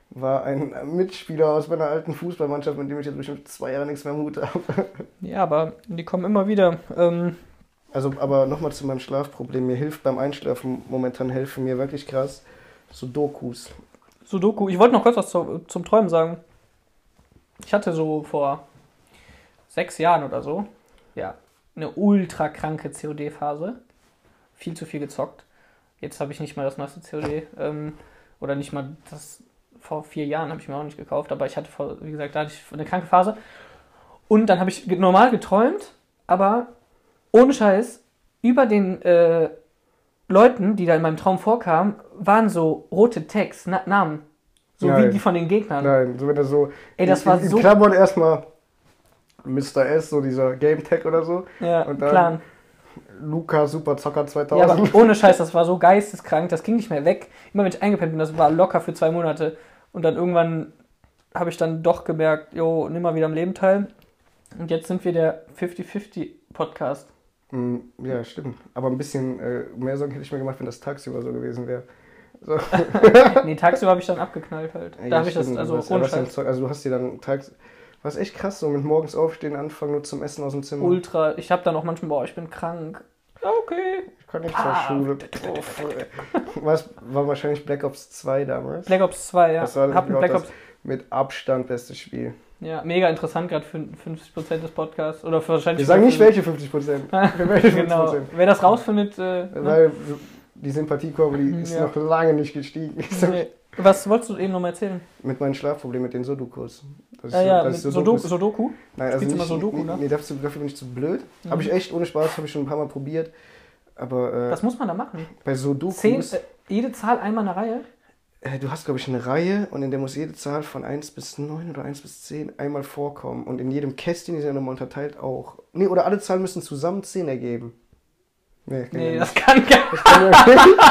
war ein Mitspieler aus meiner alten Fußballmannschaft, mit dem ich jetzt bestimmt zwei Jahre nichts mehr am Hut habe. Ja, aber die kommen immer wieder. Ähm, Also, aber nochmal zu meinem Schlafproblem. Mir hilft beim Einschlafen momentan helfen mir wirklich krass Sudokus. Sudoku. Ich wollte noch kurz was zu, zum Träumen sagen. Ich hatte so vor sechs Jahren oder so, ja, eine ultra kranke C O D-Phase. Viel zu viel gezockt. Jetzt habe ich nicht mal das neueste C O D. Ähm, oder nicht mal das, vor vier Jahren habe ich mir auch nicht gekauft. Aber ich hatte, vor, wie gesagt, da hatte ich eine kranke Phase. Und dann habe ich normal geträumt, aber ohne Scheiß, über den äh, Leuten, die da in meinem Traum vorkamen, waren so rote Tags, Na- Namen. So Nein. wie die von den Gegnern. Nein, so wenn er so. Ey, das in, war in, in so- Klammern erstmal Mister S, so dieser Game Tag oder so. Ja, Und dann Plan. Luca Super Zocker Ja, zweitausend. aber ohne Scheiß, das war so geisteskrank, das ging nicht mehr weg. Immer wenn ich eingepennt bin, das war locker für zwei Monate. Und dann irgendwann habe ich dann doch gemerkt, jo, nimm mal wieder am Leben teil. Und jetzt sind wir der fünfzig fünfzig Podcast. Mm, Ja, stimmt. Aber ein bisschen äh, mehr Sorgen hätte ich mir gemacht, wenn das tagsüber so gewesen wäre. So. Nee, tagsüber habe ich dann abgeknallt halt. Da Ja, habe ich das, stimmt. also Du hast- ohne was denn Scheiß, Zeug- Also du hast dir dann tags... Was echt krass, so mit morgens aufstehen, anfangen nur zum Essen aus dem Zimmer. ultra. Ich habe dann auch manchmal, boah, ich bin krank. Ja, okay. Ich kann nicht Ah. zur Schule. Was war wahrscheinlich Black Ops zwei damals? Black Ops zwei, ja. Das war Hab ein Black das Ops. mit Abstand bestes Spiel. Ja, mega interessant gerade für fünfzig Prozent des Podcasts. Oder für wahrscheinlich. Wir sagen nicht für- welche fünfzig Prozent. Für welche fünfzig Genau. Prozent. Wer das rausfindet, äh, ne? Weil die Sympathiekurve, die ist Ja. noch lange nicht gestiegen. Nee. Was wolltest du eben noch mal erzählen? Mit meinen Schlafproblemen, mit den Sudokus. Das Ja, ja, das mit ist Sudoku. Sudokus. Sudoku? Nein, also Spielst du nicht, mal Sudoku, nee, ne? nee, dafür, dafür bin ich zu blöd. Mhm. Habe ich echt ohne Spaß, habe ich schon ein paar Mal probiert. Aber äh, Was muss man da machen? bei Sudokus, Zehn, äh, jede Zahl einmal eine Reihe? äh, du hast, glaube ich, eine Reihe und in der muss jede Zahl von eins bis neun oder eins bis zehn einmal vorkommen. Und in jedem Kästchen, die sind ja nochmal unterteilt, auch. Nee, oder alle Zahlen müssen zusammen zehn ergeben. Nee, kann Nee, ja das nicht. kann gar Das kann ja nicht.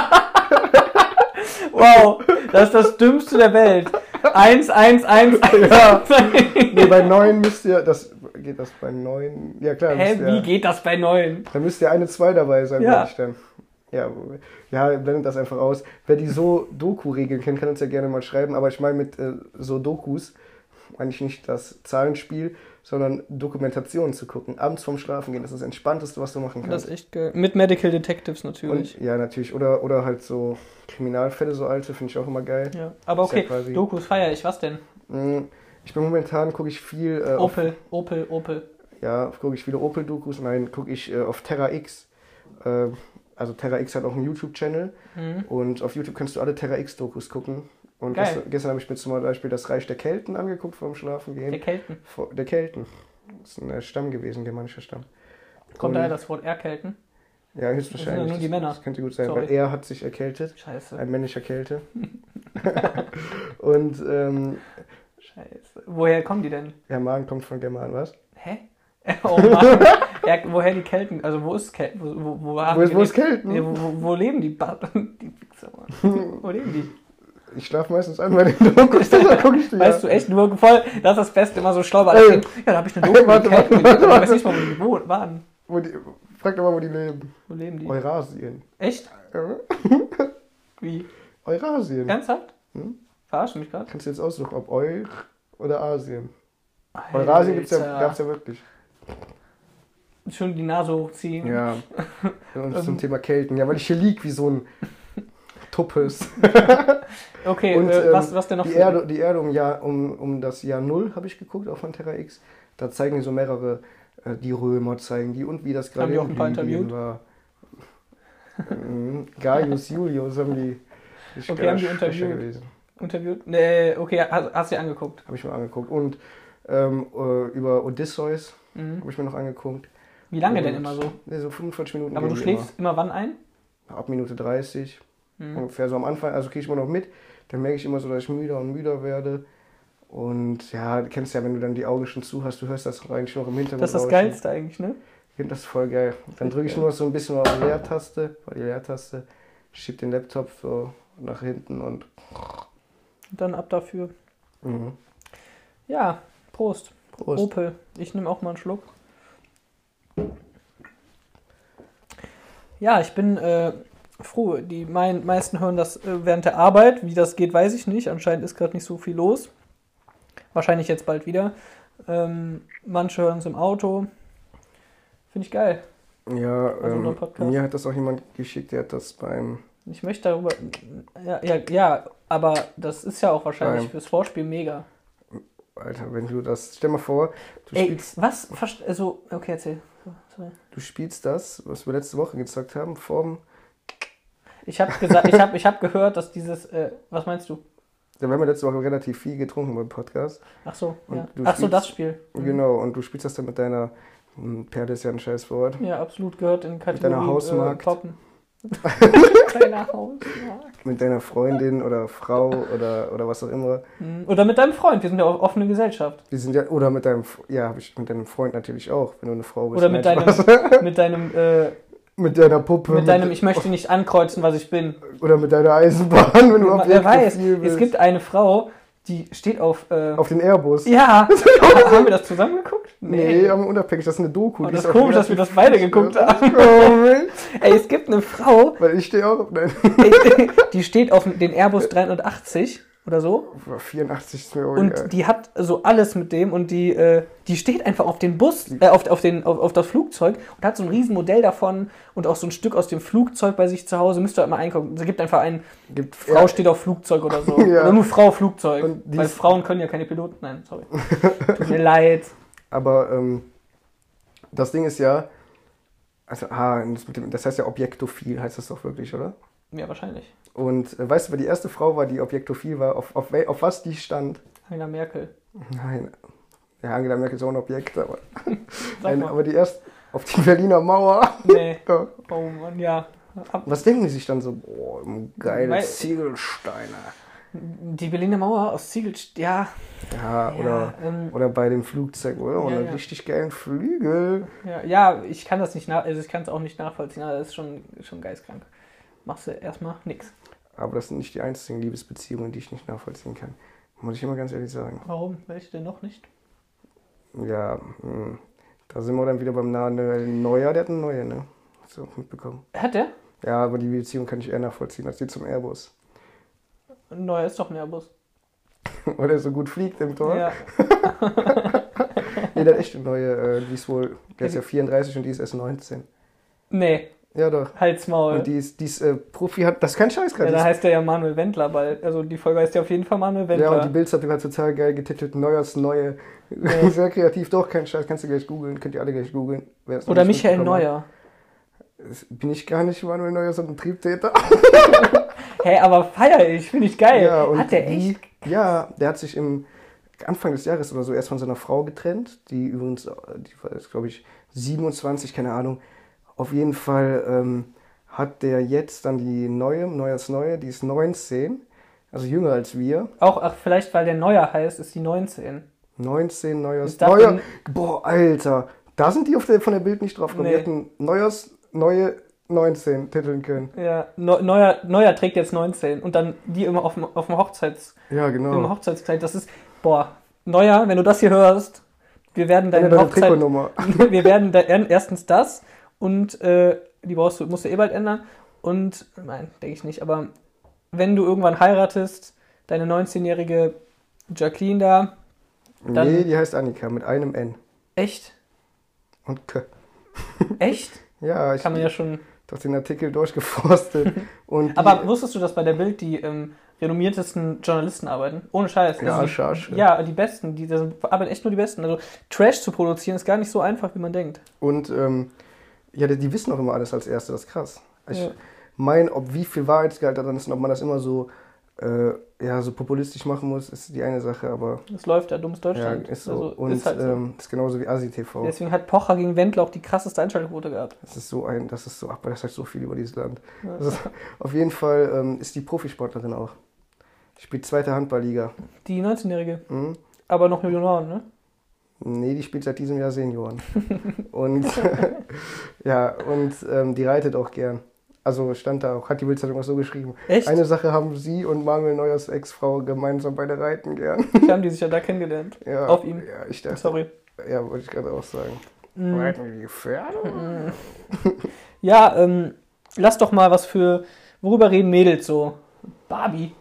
Wow, das ist das Dümmste der Welt. Eins, eins, eins, eins. Ja. Nee, bei neun müsst ihr, das geht das bei neun? Ja klar, Hä, müsst wie ihr, geht das bei neun? da müsste ja eine zwei dabei sein, Ja. ja. Ich dann. Ja, ja, blendet das einfach aus. Wer die so Doku-Regeln kennt, kann uns ja gerne mal schreiben, aber ich meine mit äh, so Dokus, meine ich nicht das Zahlenspiel, sondern Dokumentationen zu gucken. Abends vorm Schlafen gehen, das ist das Entspannteste, was du machen Das kannst. ist echt geil. Mit Medical Detectives natürlich. Und, ja, natürlich. Oder, oder halt so Kriminalfälle, so alte, finde ich auch immer geil. Ja. Aber Ist ja okay, quasi- Dokus feier ich. Was denn? Mm, Ich bin momentan, gucke ich viel äh, auf, Opel, Opel, Opel. ja, gucke ich viele Opel-Dokus. Nein, gucke ich äh, auf Terra X. Äh, also Terra X hat auch einen YouTube-Channel. Mhm. Und auf YouTube kannst du alle Terra X-Dokus gucken. Und Geil. gestern, gestern habe ich mir zum Beispiel das Reich der Kelten angeguckt vorm Schlafengehen. Der Kelten. Vor- Der Kelten. Das ist ein äh, Stamm gewesen, germanischer Stamm. Kommt Und- daher das Wort Erkälten? Ja, Das sind ja höchstwahrscheinlich. nur die Männer. Das könnte gut sein, Sorry. weil er hat sich erkältet. Scheiße. Ein männlicher Kälte. Und ähm, Scheiße. Woher kommen die denn? ja, Magen kommt von German, was? Hä? Oh Mann. Ja, woher die Kelten? Also wo ist Kelten? Wo, wo, wo, haben Wo ist, die wo ist gelebt? Kelten? Nee, wo, wo, wo leben die? Ba die Wichser, Mann. Wo leben die? Ich schlafe meistens an bei den Dokus, da gucke ich die Weißt du echt nur voll, das ist das Beste, immer so schlau bei Ey. alles. Ja, da habe ich eine Doku Warte, mit Kelten warte, gesehen, aber ich weiß warte. nicht mal, wo die wo waren. Wo die, frag doch mal, wo die leben. Wo leben die? Eurasien. Echt? Ja? Wie? Eurasien. Ernsthaft? Hm? Verarschen mich gerade? Kannst du jetzt aussuchen, ob Eu oder Asien. Eurasien gibt's ja, Alter. gab's ja wirklich. Schön die Nase hochziehen. Ja. Und Ähm. zum Thema Kelten. Ja, weil ich hier lieg wie so ein Tuppes. Okay, Und, äh, ähm, was, was denn noch Die für- Erde, die Erde um, Jahr, um, um das Jahr Null habe ich geguckt, auch von Terra X. Da zeigen die so mehrere, äh, die Römer zeigen die und wie das gerade Haben die auch ein paar Libyen interviewt? war. Mhm. Gaius Julius haben die. die Okay, haben die Schwächer interviewt? gewesen. Interviewt? Nee, okay, hast, hast du dir angeguckt. Habe ich mir angeguckt. Und ähm, äh, über Odysseus Mhm. habe ich mir noch angeguckt. Wie lange Und- denn immer so? Ne, so fünfundvierzig Minuten. Aber du gehen die schläfst immer wann ein? Immer. Ab Minute dreißig. Mhm. Ungefähr so am Anfang, also kriege ich immer noch mit. Dann merke ich immer so, dass ich müder und müder werde. Und ja, du kennst ja, wenn du dann die Augen schon zu hast, du hörst das eigentlich noch im Hintergrund. Das ist das rauschen. Geilste eigentlich, ne? Ich finde das voll geil. Dann drücke ich nur noch so ein bisschen auf die Leertaste, auf die Leertaste, schieb den Laptop so nach hinten und. Und dann ab dafür. Mhm. Ja, Prost. Prost. Opel. Ich nehme auch mal einen Schluck. Ja, ich bin äh, froh. Die mein, meisten hören das äh, während der Arbeit. Wie das geht, weiß ich nicht. Anscheinend ist gerade nicht so viel los. Wahrscheinlich jetzt bald wieder. Ähm, manche hören es im Auto. Finde ich geil. Ja, Also ähm, nur Podcast. mir hat das auch jemand geschickt, der hat das beim... Ich möchte darüber... Ja, ja, ja, aber das ist ja auch wahrscheinlich Beim- fürs Vorspiel mega. Alter, wenn du das... Stell mal vor, du Ey, spielst... was? Verst- Also, okay, erzähl. Sorry. Du spielst das, was wir letzte Woche gezockt haben, vorm... Ich habe gesagt, ich habe ich hab gehört, dass dieses... Äh, was meinst du? Da haben wir letzte Woche relativ viel getrunken beim Podcast. Ach so, Und ja. du Ach so, spielst- das Spiel. Mhm. Genau, und du spielst das dann mit deiner... hm, Perle ist ja ein scheiß Wort. Ja, absolut gehört in Kategorie deiner Hausmarkt. Äh, Poppen. Mit deiner Hausmarkt. Mit deiner Freundin oder Frau oder, oder was auch immer. Mhm. Oder mit deinem Freund, wir sind ja auch offene Gesellschaft. Wir sind ja... Oder mit deinem... Ja, habe ich mit deinem Freund natürlich auch, wenn du eine Frau bist. Oder mit Nein, deinem, Spaß. mit deinem, äh, mit deiner Puppe. mit deinem, ich möchte nicht ankreuzen, was ich bin. Oder mit deiner Eisenbahn, wenn du auf Wer weiß, bist. es gibt eine Frau, die steht auf, äh, Auf den Airbus. ja, haben wir das zusammen geguckt? Nee, aber unabhängig, das ist eine Doku. Oh, die das ist ist auch komisch, dass wir relativ das beide frisch, geguckt ne? haben. Komisch. Ey, es gibt eine Frau, Weil ich stehe auch auf... Nein. ey, die steht auf den Airbus dreihundertachtzig oder so. vierundachtzig ist mir auch Und egal. die hat so alles mit dem und die, äh, die steht einfach auf den Bus, äh, auf, auf, den, auf, auf das Flugzeug und hat so ein riesen Modell davon und auch so ein Stück aus dem Flugzeug bei sich zu Hause. Müsst ihr halt mal eingucken. Es gibt einfach einen, Gibt Frau steht auf Flugzeug oder so. Ja. Oder nur Frau Flugzeug. Und die Weil ist- Frauen können ja keine Piloten. Nein, sorry. Tut mir leid. Aber ähm, das Ding ist ja... Also, ah, das, mit dem, das heißt ja Objektophil, heißt das doch wirklich, oder? Ja, wahrscheinlich. Und äh, weißt du, wer die erste Frau war, die objektophil war? Auf, auf, wel- auf was die stand? Angela Merkel. Nein. Ja, Angela Merkel ist auch ein Objekt, aber... Sag Nein, mal. aber die erst auf die Berliner Mauer. Nee. Doch. Oh Mann, ja. Ab, Was denken die sich dann so? Boah, geile Weil- Ziegelsteine. die Berliner Mauer aus Ziegel, ja. Ja, oder, ähm, oder bei dem Flugzeug, oder? Und Ja, einen ja. richtig geilen Flügel. ja, ja, ich kann das nicht nach, also ich kann es auch nicht nachvollziehen, aber das ist schon, schon geistkrank. Machst du erstmal nix. Aber das sind nicht die einzigen Liebesbeziehungen, die ich nicht nachvollziehen kann. Muss ich immer ganz ehrlich sagen. Warum? Welche denn noch nicht? Ja, hm, da sind wir dann wieder beim Manuel Neuer, der hat eine neue, ne? Hast du auch mitbekommen? Hat der? Ja, aber die Beziehung kann ich eher nachvollziehen als die zum Airbus. Ein neuer ist doch ein Airbus. Weil er so gut fliegt im Tor. Ja. Nee, der hat echt eine neue, äh, die ist wohl, der ist ja vierunddreißig und die ist erst neunzehn. Nee, Ja, doch. halt's Maul. Und die ist, die ist äh, Profi, hat, das ist kein Scheiß Ja, gerade. da die heißt der ja Manuel Wendler bald. Also die Folge heißt ja auf jeden Fall Manuel ist- ja, Wendler. und die Bildzeitung hat total geil getitelt, Neuers Neue. Ja. Sehr kreativ, doch, kein Scheiß, kannst du gleich googeln, könnt ihr alle gleich googeln. wer es noch Oder nicht Michael mitbekommen Neuer. hat. Das bin ich gar nicht Manuel Neuer, sondern Triebtäter. Hä, aber feier ich, finde ich geil. Ja, und Hat der die- echt? Ja, der hat sich im Anfang des Jahres oder so erst von seiner Frau getrennt, die übrigens, äh, die war jetzt, glaube ich, siebenundzwanzig, keine Ahnung. Auf jeden Fall ähm, hat der jetzt dann die neue, Neuers Neue, die ist neunzehn, also jünger als wir. Auch, ach, vielleicht weil der Neuer heißt, ist die neunzehn. neunzehn, Neuers Ich dachte- Neuer. Boah, Alter, da sind die auf der, von der Bild nicht drauf gekommen. Nee. Die hätten Neuers Neue neunzehn titeln können. Ja, Neu- Neuer, Neuer trägt jetzt neunzehn und dann die immer auf dem, auf dem Hochzeits, Ja, im genau. Hochzeitskleid. Das ist, boah, Neuer, wenn du das hier hörst, wir werden Deine, deine deine Hochzeit, Trikotnummer. wir werden da, erstens das und äh, die brauchst du, musst du eh bald ändern und, nein, denke ich nicht, aber wenn du irgendwann heiratest, deine neunzehnjährige Jacqueline da, Dann- Nee, die heißt Annika mit einem N echt, und K. echt, Ja, ich kann man ja schon. habe den Artikel durchgeforstet. Und Aber die, wusstest du, dass bei der Bild die ähm, renommiertesten Journalisten arbeiten? Ohne Scheiß. Ja, Also die, Charge. ja, die Besten. Die, da arbeiten echt nur die Besten. Also Trash zu produzieren ist gar nicht so einfach, wie man denkt. Und ähm, ja, die, die wissen auch immer alles als Erste, das ist krass. Ich Ja. meine, ob wie viel Wahrheitsgehalt da drin ist und ob man das immer so, äh, ja, so populistisch machen muss, ist die eine Sache, aber Das läuft ja, dummes ja, Deutschland. ist so. Also, und ist halt so. ähm, ist genauso wie Asi T V. Deswegen hat Pocher gegen Wendler auch die krasseste Einschaltquote gehabt. Das ist so ein, das ist so, aber das sagt so viel über dieses Land. Ja. Das ist, auf jeden Fall ähm, ist die Profisportlerin auch. Die spielt zweite Handballliga. Die neunzehnjährige. Mhm. Aber noch Junioren, ne? Nee, die spielt seit diesem Jahr Senioren. und ja, und ähm, die reitet auch gern. Also stand da auch, hat die Bildzeitung auch so geschrieben. Echt? Eine Sache haben sie und Manuel Neuers Ex-Frau gemeinsam beide reiten gern. Die haben die sich ja da kennengelernt. Ja, Auf ihm. Ja, ich dachte, Sorry. ja, wollte ich gerade auch sagen. Mhm. Reiten wie die Pferde? Ja, ähm, lass doch mal was für, worüber reden Mädels so? Barbie.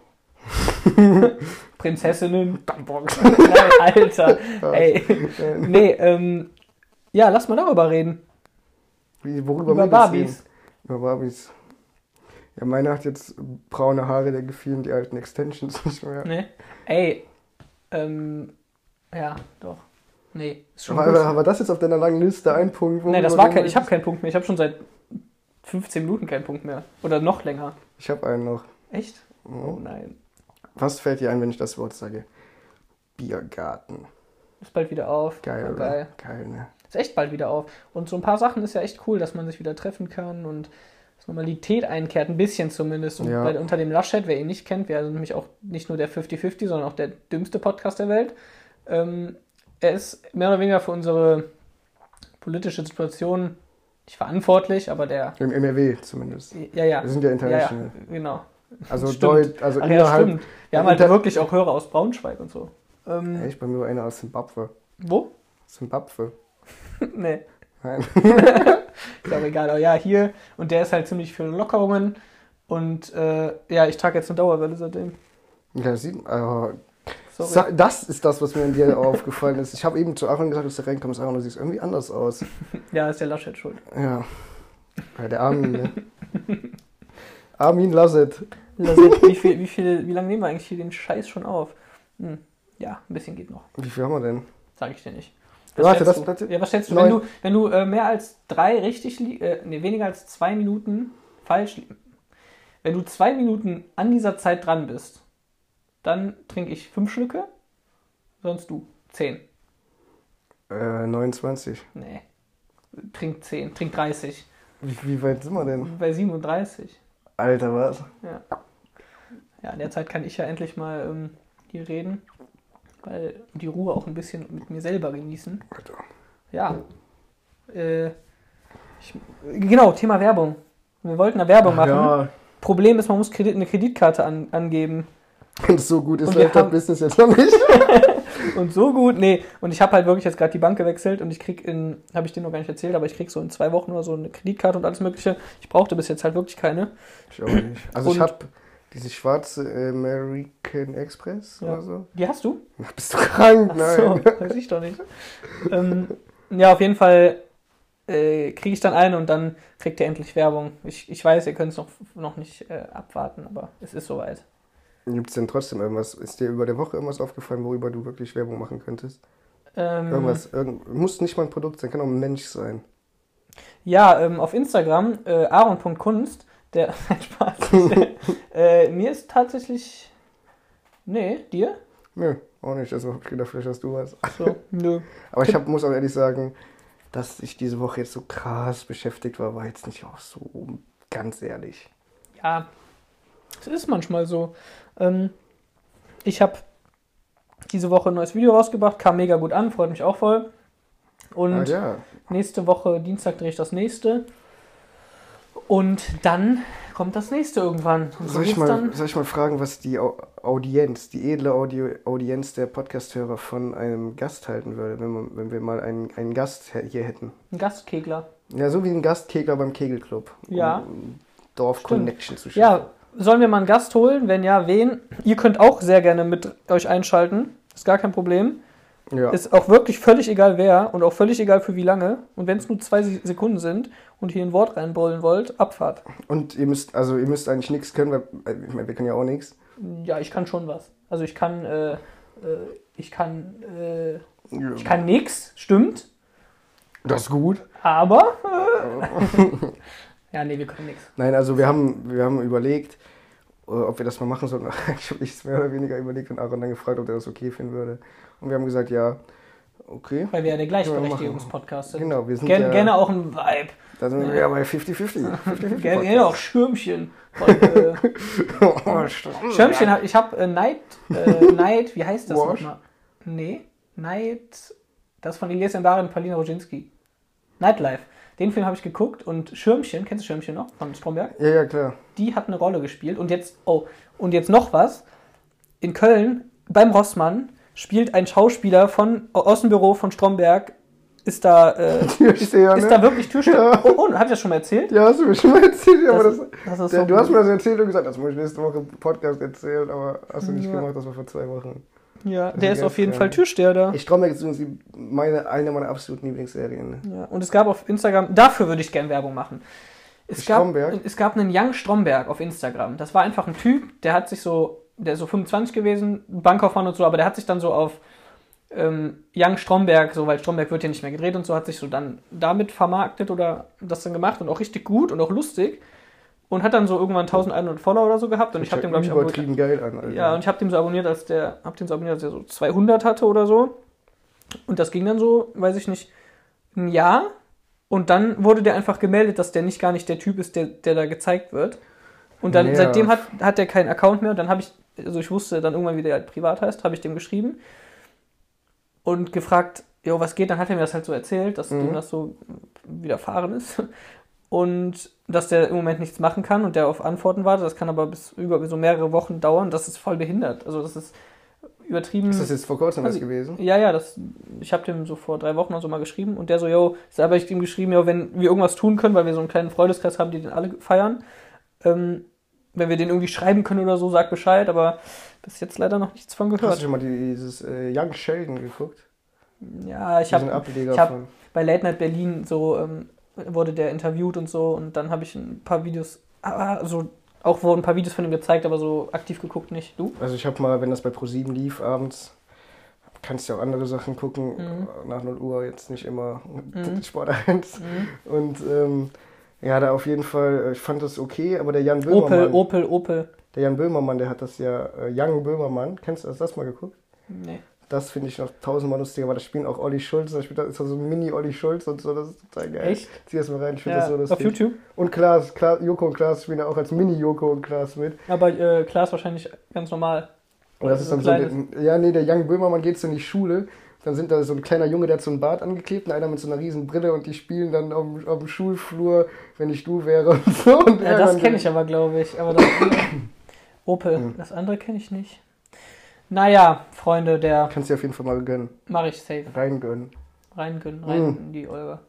Prinzessinnen. Nein, Alter. Ey. Nee, ähm, ja, lass mal darüber reden. Wie, worüber Über Mädels Barbies. reden? Über Barbies. Ja, meine hat jetzt braune Haare, der gefielen die alten Extensions nicht mehr. Nee. Ey, ähm, ja, doch. Nee, ist schon Aber, gut. aber das jetzt auf deiner langen Liste ein Punkt. Nee, das worüber war du kein, ich habe möchtest? keinen Punkt mehr. Ich habe schon seit fünfzehn Minuten keinen Punkt mehr. Oder noch länger. Ich habe einen noch. Echt? Oh Mhm. nein. Was fällt dir ein, wenn ich das Wort sage? Biergarten. Ist bald wieder auf. Geil, Ja, oder? geil. Geil, ne? Ist echt bald wieder auf. Und so ein paar Sachen ist ja echt cool, dass man sich wieder treffen kann und dass Normalität einkehrt, ein bisschen zumindest. Und Ja. bei, unter dem Laschet, wer ihn nicht kennt, wäre nämlich auch nicht nur der fünfzig fünfzig, sondern auch der dümmste Podcast der Welt. Ähm, er ist mehr oder weniger für unsere politische Situation nicht verantwortlich, aber der... Im M R W zumindest. Ja, ja. Wir sind ja Ja, international. ja, genau. Also, Stimmt. Deut, also Ach ja, innerhalb. stimmt. Wir haben halt inter- wirklich auch Hörer aus Braunschweig und so. Ähm, Echt, bei mir war einer aus Zimbabwe. wo? Zimbabwe. Nee. Nein. Ist auch egal. Aber ja, hier. Und der ist halt ziemlich für Lockerungen. Und äh, ja, ich trage jetzt eine Dauerwelle seitdem. Ja, sieht, aber Sorry. Sa- das ist das, was mir an dir aufgefallen ist. Ich habe eben zu Aaron gesagt, dass du reinkommst, Aaron, du siehst irgendwie anders aus. Ja, ist der Laschet schuld. Ja. Ja, der Armin, ne? Armin Lasset. Laschet, wie, viel, wie, viel, wie lange nehmen wir eigentlich hier den Scheiß schon auf? Hm. Ja, ein bisschen geht noch. Wie viel haben wir denn? Sag ich dir nicht. Warte, schätzt das- du? das- Ja, was schätzt du? neun. Wenn du, wenn du äh, mehr als drei richtig, li- äh, nee, weniger als zwei Minuten falsch, li- wenn du zwei Minuten an dieser Zeit dran bist, dann trinke ich fünf Schlücke, sonst du zehn. Äh, neunundzwanzig. Nee, trink zehn, trink dreißig. Wie, wie weit sind wir denn? Bei siebenunddreißig. Alter, was? Ja. Ja, in der Zeit kann ich ja endlich mal ähm, hier reden, weil die Ruhe auch ein bisschen mit mir selber genießen. Alter. Ja. Äh, ich, genau, Thema Werbung. Wir wollten eine Werbung machen. Ja, Problem ist, man muss Kredit, eine Kreditkarte an, angeben. und so gut ist Und wir läuft das haben- Business jetzt noch nicht. Und so gut, nee. Und ich habe halt wirklich jetzt gerade die Bank gewechselt und ich krieg in, habe ich dir noch gar nicht erzählt, aber ich krieg so in zwei Wochen oder so eine Kreditkarte und alles mögliche. Ich brauchte bis jetzt halt wirklich keine. Ich auch nicht. Also ich Und- habe diese schwarze American Express Ja. oder so. Die hast du? Ach, bist du krank? Ach so, Nein. weiß ich doch nicht. ähm, ja, auf jeden Fall äh, kriege ich dann eine und dann kriegt ihr endlich Werbung. Ich, ich weiß, ihr könnt es noch, noch nicht äh, abwarten, aber es ist soweit. Gibt es denn trotzdem irgendwas? Ist dir über der Woche irgendwas aufgefallen, worüber du wirklich Werbung machen könntest? Ähm, Irgendwas, irgend, muss nicht mal ein Produkt sein, kann auch ein Mensch sein. Ja, ähm, auf Instagram, äh, aaron Punkt kunst, der, nein, Spaß, äh, mir ist tatsächlich, nee, dir? Nö, auch nicht. Also hab ich gedacht, vielleicht hast du was. So, nö. Aber ich hab, muss auch ehrlich sagen, dass ich diese Woche jetzt so krass beschäftigt war, war jetzt nicht auch so ganz ehrlich. Ja, es ist manchmal so. Ähm, ich habe diese Woche ein neues Video rausgebracht, kam mega gut an, freut mich auch voll. Und Ah ja, nächste Woche, Dienstag, drehe ich das nächste. Und dann kommt das nächste irgendwann. Und so soll ich, geht's mal, dann. soll ich mal fragen, was die Au- Audienz, die edle Audi Audienz der Podcasthörer von einem Gast halten würde, wenn, man, wenn wir mal einen, einen Gast he- hier hätten? Ein Gastkegler. Ja, so wie ein Gastkegler beim Kegelclub. Ja. Um Dorf Stimmt. Connection zu schaffen. Ja, sollen wir mal einen Gast holen? Wenn ja, wen? Ihr könnt auch sehr gerne mit euch einschalten. Ist gar kein Problem. Ja. Ist auch wirklich völlig egal wer und auch völlig egal für wie lange. Und wenn es nur zwei Se- Sekunden sind und hier ein Wort reinbrüllen wollt, Abfahrt. Und ihr müsst, also ihr müsst eigentlich nichts können, weil äh, ich meine, wir können ja auch nichts. Ja, ich kann schon was. Also ich kann, äh, äh, ich kann, äh, ich kann nix, stimmt. Das ist gut. Aber, äh, ja, nee, wir können nix. Nein, also wir haben, wir haben überlegt, äh, ob wir das mal machen sollten. Ich habe nichts mehr oder weniger überlegt und Aaron dann gefragt, ob der das okay finden würde. Und wir haben gesagt, ja, okay. Weil wir ja der Gleichberechtigungspodcast sind. Genau, wir sind Gerne, ja, gerne auch ein Vibe. da sind wir ja bei fünfzig fünfzig. Gerne, gerne auch Schirmchen. Von, äh, Schirmchen, hab- ich habe äh, Night, äh, Night, wie heißt das Wash? nochmal? Nee, Night, das von Elias Mbarek und Paulina Roginski. Nightlife. Den Film habe ich geguckt und Schirmchen, kennst du Schirmchen noch von Stromberg? Ja, ja, klar. Die hat eine Rolle gespielt und jetzt, oh, und jetzt noch was. In Köln, beim Rossmann, spielt ein Schauspieler von, aus dem Büro von Stromberg ist da, äh, Türsteher, ist, ne? ist da wirklich Türsteher. Ja. Oh, oh, hab ich das schon mal erzählt? Ja, hast du mir schon mal erzählt. Aber Das das, ist- das ist der, so du hast gut. mir das erzählt und gesagt, das muss ich nächste Woche im Podcast erzählen, aber hast du nicht Ja. gemacht, das war vor zwei Wochen. Ja, Das der ist ist auf jeden geisteskrank. Fall Türsteher da. Ich Stromberg ist übrigens die- meine, eine meiner absoluten Lieblingsserien. Ne? Ja, und es gab auf Instagram, dafür würde ich gerne Werbung machen. Es gab, Stromberg? es gab einen Young Stromberg auf Instagram. Das war einfach ein Typ, der hat sich so, der ist so fünfundzwanzig gewesen, Bankkaufmann und so, aber der hat sich dann so auf ähm, Young Stromberg, so, weil Stromberg wird ja nicht mehr gedreht und so, hat sich so dann damit vermarktet oder das dann gemacht und auch richtig gut und auch lustig und hat dann so irgendwann eintausendeinhundert Follower oder so gehabt und ich habe den, glaube ich, abonniert. übertrieben geil an, Alter. Ja, und ich habe den so abonniert, als der, hab den so abonniert, als der so zweihundert hatte oder so. Und das ging dann so, weiß ich nicht, ein Jahr. Und dann wurde der einfach gemeldet, dass der nicht gar nicht der Typ ist, der, der da gezeigt wird. Und dann, Ja. seitdem hat, hat der keinen Account mehr. Und dann habe ich, also ich wusste dann irgendwann, wie der halt privat heißt, habe ich dem geschrieben und gefragt, jo, was geht? Dann hat er mir das halt so erzählt, dass Mhm. dem das so widerfahren ist. Und dass der im Moment nichts machen kann und der auf Antworten wartet. Das kann aber bis über so mehrere Wochen dauern. Das ist voll behindert. Also das ist übertrieben. Ist das jetzt vor kurzem das Also, gewesen? Ja, ja, das, ich habe dem so vor drei Wochen oder so mal geschrieben und der so, yo, da habe ich ihm geschrieben, yo, wenn wir irgendwas tun können, weil wir so einen kleinen Freundeskreis haben, die den alle feiern, ähm, wenn wir den irgendwie schreiben können oder so, sag Bescheid, aber bis jetzt leider noch nichts von Hast gehört. du schon mal dieses äh, Young Sheldon geguckt? Ja, ich Diesen habe Ableger ich hab von. bei Late Night Berlin so, ähm, wurde der interviewt und so und dann habe ich ein paar Videos, also auch wurden ein paar Videos von ihm gezeigt, aber so aktiv geguckt nicht. Du? Also ich habe mal, wenn das bei ProSieben lief abends, kannst du ja auch andere Sachen gucken, Mhm. nach null Uhr jetzt nicht immer Mhm. Sport eins. Mhm. Und ähm, ja, da auf jeden Fall, äh, ich fand das okay, aber der Jan Opel, Böhmermann, Opel, Opel. der Jan Böhmermann, der hat das ja, äh, Young Böhmermann, kennst du, hast du das mal geguckt? Nee. Das finde ich noch tausendmal lustiger, weil da spielen auch Olli Schulz, da spielt da ist so ein Mini-Olli Schulz und so, das ist total geil. Echt? Zieh das mal rein, ich finde Ja, das so lustig. auf YouTube? Und Klaas, Klaas, Joko und Klaas spielen da auch als Mini-Joko und Klaas mit. Aber äh, klar ist wahrscheinlich ganz normal. Und das ist dann so, kleines. der, ja nee, der Young Böhmermann geht so in die Schule, dann sind da so ein kleiner Junge, der hat so einen Bart angeklebt und einer mit so einer riesen Brille und die spielen dann auf, dem- auf dem Schulflur, wenn ich du wäre und so. Und Ja, er das dann- kenne ich aber, glaube ich. Aber das andere, Opel, Mhm. das andere kenne ich nicht. Naja, Freunde, der Kannst du dir auf jeden Fall mal gönnen, mache ich safe. reingönnen. Reingönnen, rein Mhm. in die Olga.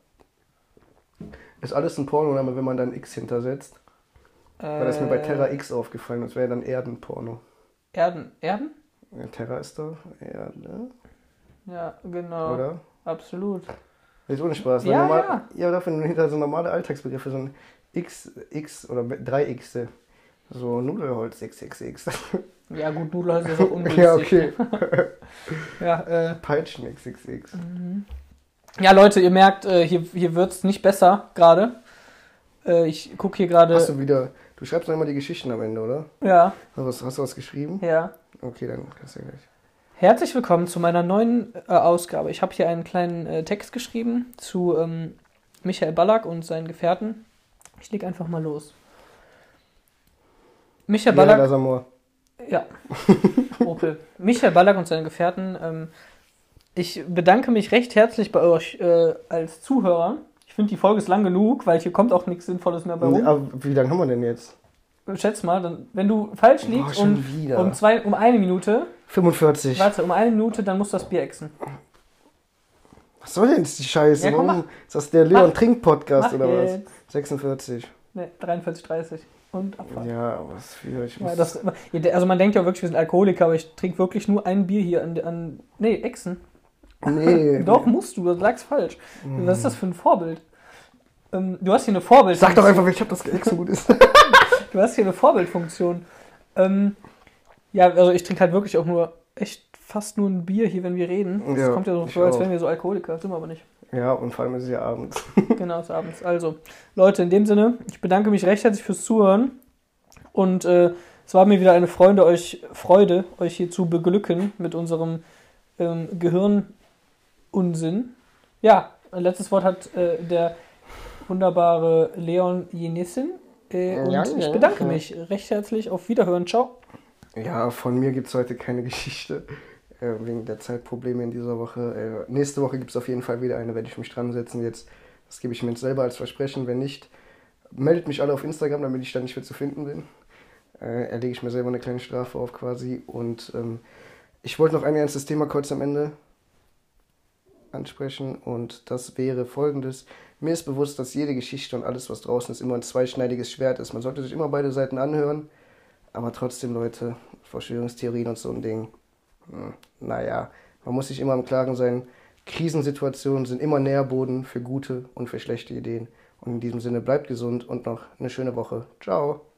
Ist alles ein Pornoname, wenn man da ein X hintersetzt. Weil das ist mir bei Terra X aufgefallen, das wäre dann Erdenporno. Erden, Erden? Ja, Terra ist doch Erde, Ja, genau. oder? Absolut. Ist ohne Spaß. Ja, normal, ja. ja, dafür hinter so normale Alltagsbegriffe, so ein X, X oder drei X. So Nudelholz X X X. Ja, gut, Nudelholz ist auch ungünstig. Ja, okay. Ja, äh, Peitschen X X X. ja, Leute, ihr merkt, äh, hier, hier wird es nicht besser gerade. Äh, ich gucke hier gerade. Hast du wieder. Du schreibst noch immer die Geschichten am Ende, oder? Ja, Hast du was, hast du was geschrieben? ja. Okay, dann kannst du ja gleich. Herzlich willkommen zu meiner neuen äh, Ausgabe. Ich habe hier einen kleinen äh, Text geschrieben zu ähm, Michael Ballack und seinen Gefährten. Ich leg einfach mal los. Michael Lena Ballack, Lasamor. ja, Opel. Michael Ballack und seine Gefährten. Ähm, ich bedanke mich recht herzlich bei euch äh, als Zuhörer. Ich finde, die Folge ist lang genug, weil hier kommt auch nichts Sinnvolles mehr bei rum. Aber wie lange haben wir denn jetzt? Schätz mal, dann, wenn du falsch Boah, liegst schon um, wieder. um, zwei, um eine Minute, fünfundvierzig. warte, um eine Minute, dann musst du das Bier exen. Was soll denn jetzt die Scheiße? Ja, komm, Warum? mach. Ist das der Leon Mach. Trink Podcast Mach oder was? jetzt. sechsundvierzig. Ne, dreiundvierzig, dreißig. Und Abfahrt. Ja, was für. Ich muss Ja, das, also man denkt ja wirklich, wir sind Alkoholiker, aber ich trinke wirklich nur ein Bier hier an, an nee, Exen. nee. Doch, musst du, du sagst falsch. Was ist das für ein Vorbild? Ähm, du hast hier eine Vorbild. Sag doch einfach, ich hab das geäxt so gut ist. Du hast hier eine Vorbildfunktion. Ähm, ja, also ich trinke halt wirklich auch nur echt fast nur ein Bier hier, wenn wir reden. Das Ja, kommt ja so ich vor, als auch. wären wir so Alkoholiker. Sind wir aber nicht. Ja, und vor allem ist es ja abends. Genau, ist abends. Also, Leute, in dem Sinne, ich bedanke mich recht herzlich fürs Zuhören. Und äh, es war mir wieder eine Freude, euch Freude, euch hier zu beglücken mit unserem ähm, Gehirnunsinn. Ja, ein letztes Wort hat äh, der wunderbare Leon Jenissin. Äh, und Ja, ich ja, bedanke ja. mich recht herzlich. Auf Wiederhören. Ciao. Ja, von mir gibt es heute keine Geschichte. Äh, wegen der Zeitprobleme in dieser Woche. Äh, nächste Woche gibt es auf jeden Fall wieder eine, werde ich mich dran setzen. Jetzt, das gebe ich mir jetzt selber als Versprechen. Wenn nicht, meldet mich alle auf Instagram, damit ich da nicht mehr zu finden bin. Äh, erlege ich mir selber eine kleine Strafe auf quasi. Und ähm, ich wollte noch ein ernstes Thema kurz am Ende. ansprechen und das wäre folgendes. Mir ist bewusst, dass jede Geschichte und alles, was draußen ist, immer ein zweischneidiges Schwert ist. Man sollte sich immer beide Seiten anhören, aber trotzdem, Leute, Verschwörungstheorien und so ein Ding, hm, naja, man muss sich immer im Klaren sein, Krisensituationen sind immer Nährboden für gute und für schlechte Ideen. Und in diesem Sinne bleibt gesund und noch eine schöne Woche. Ciao!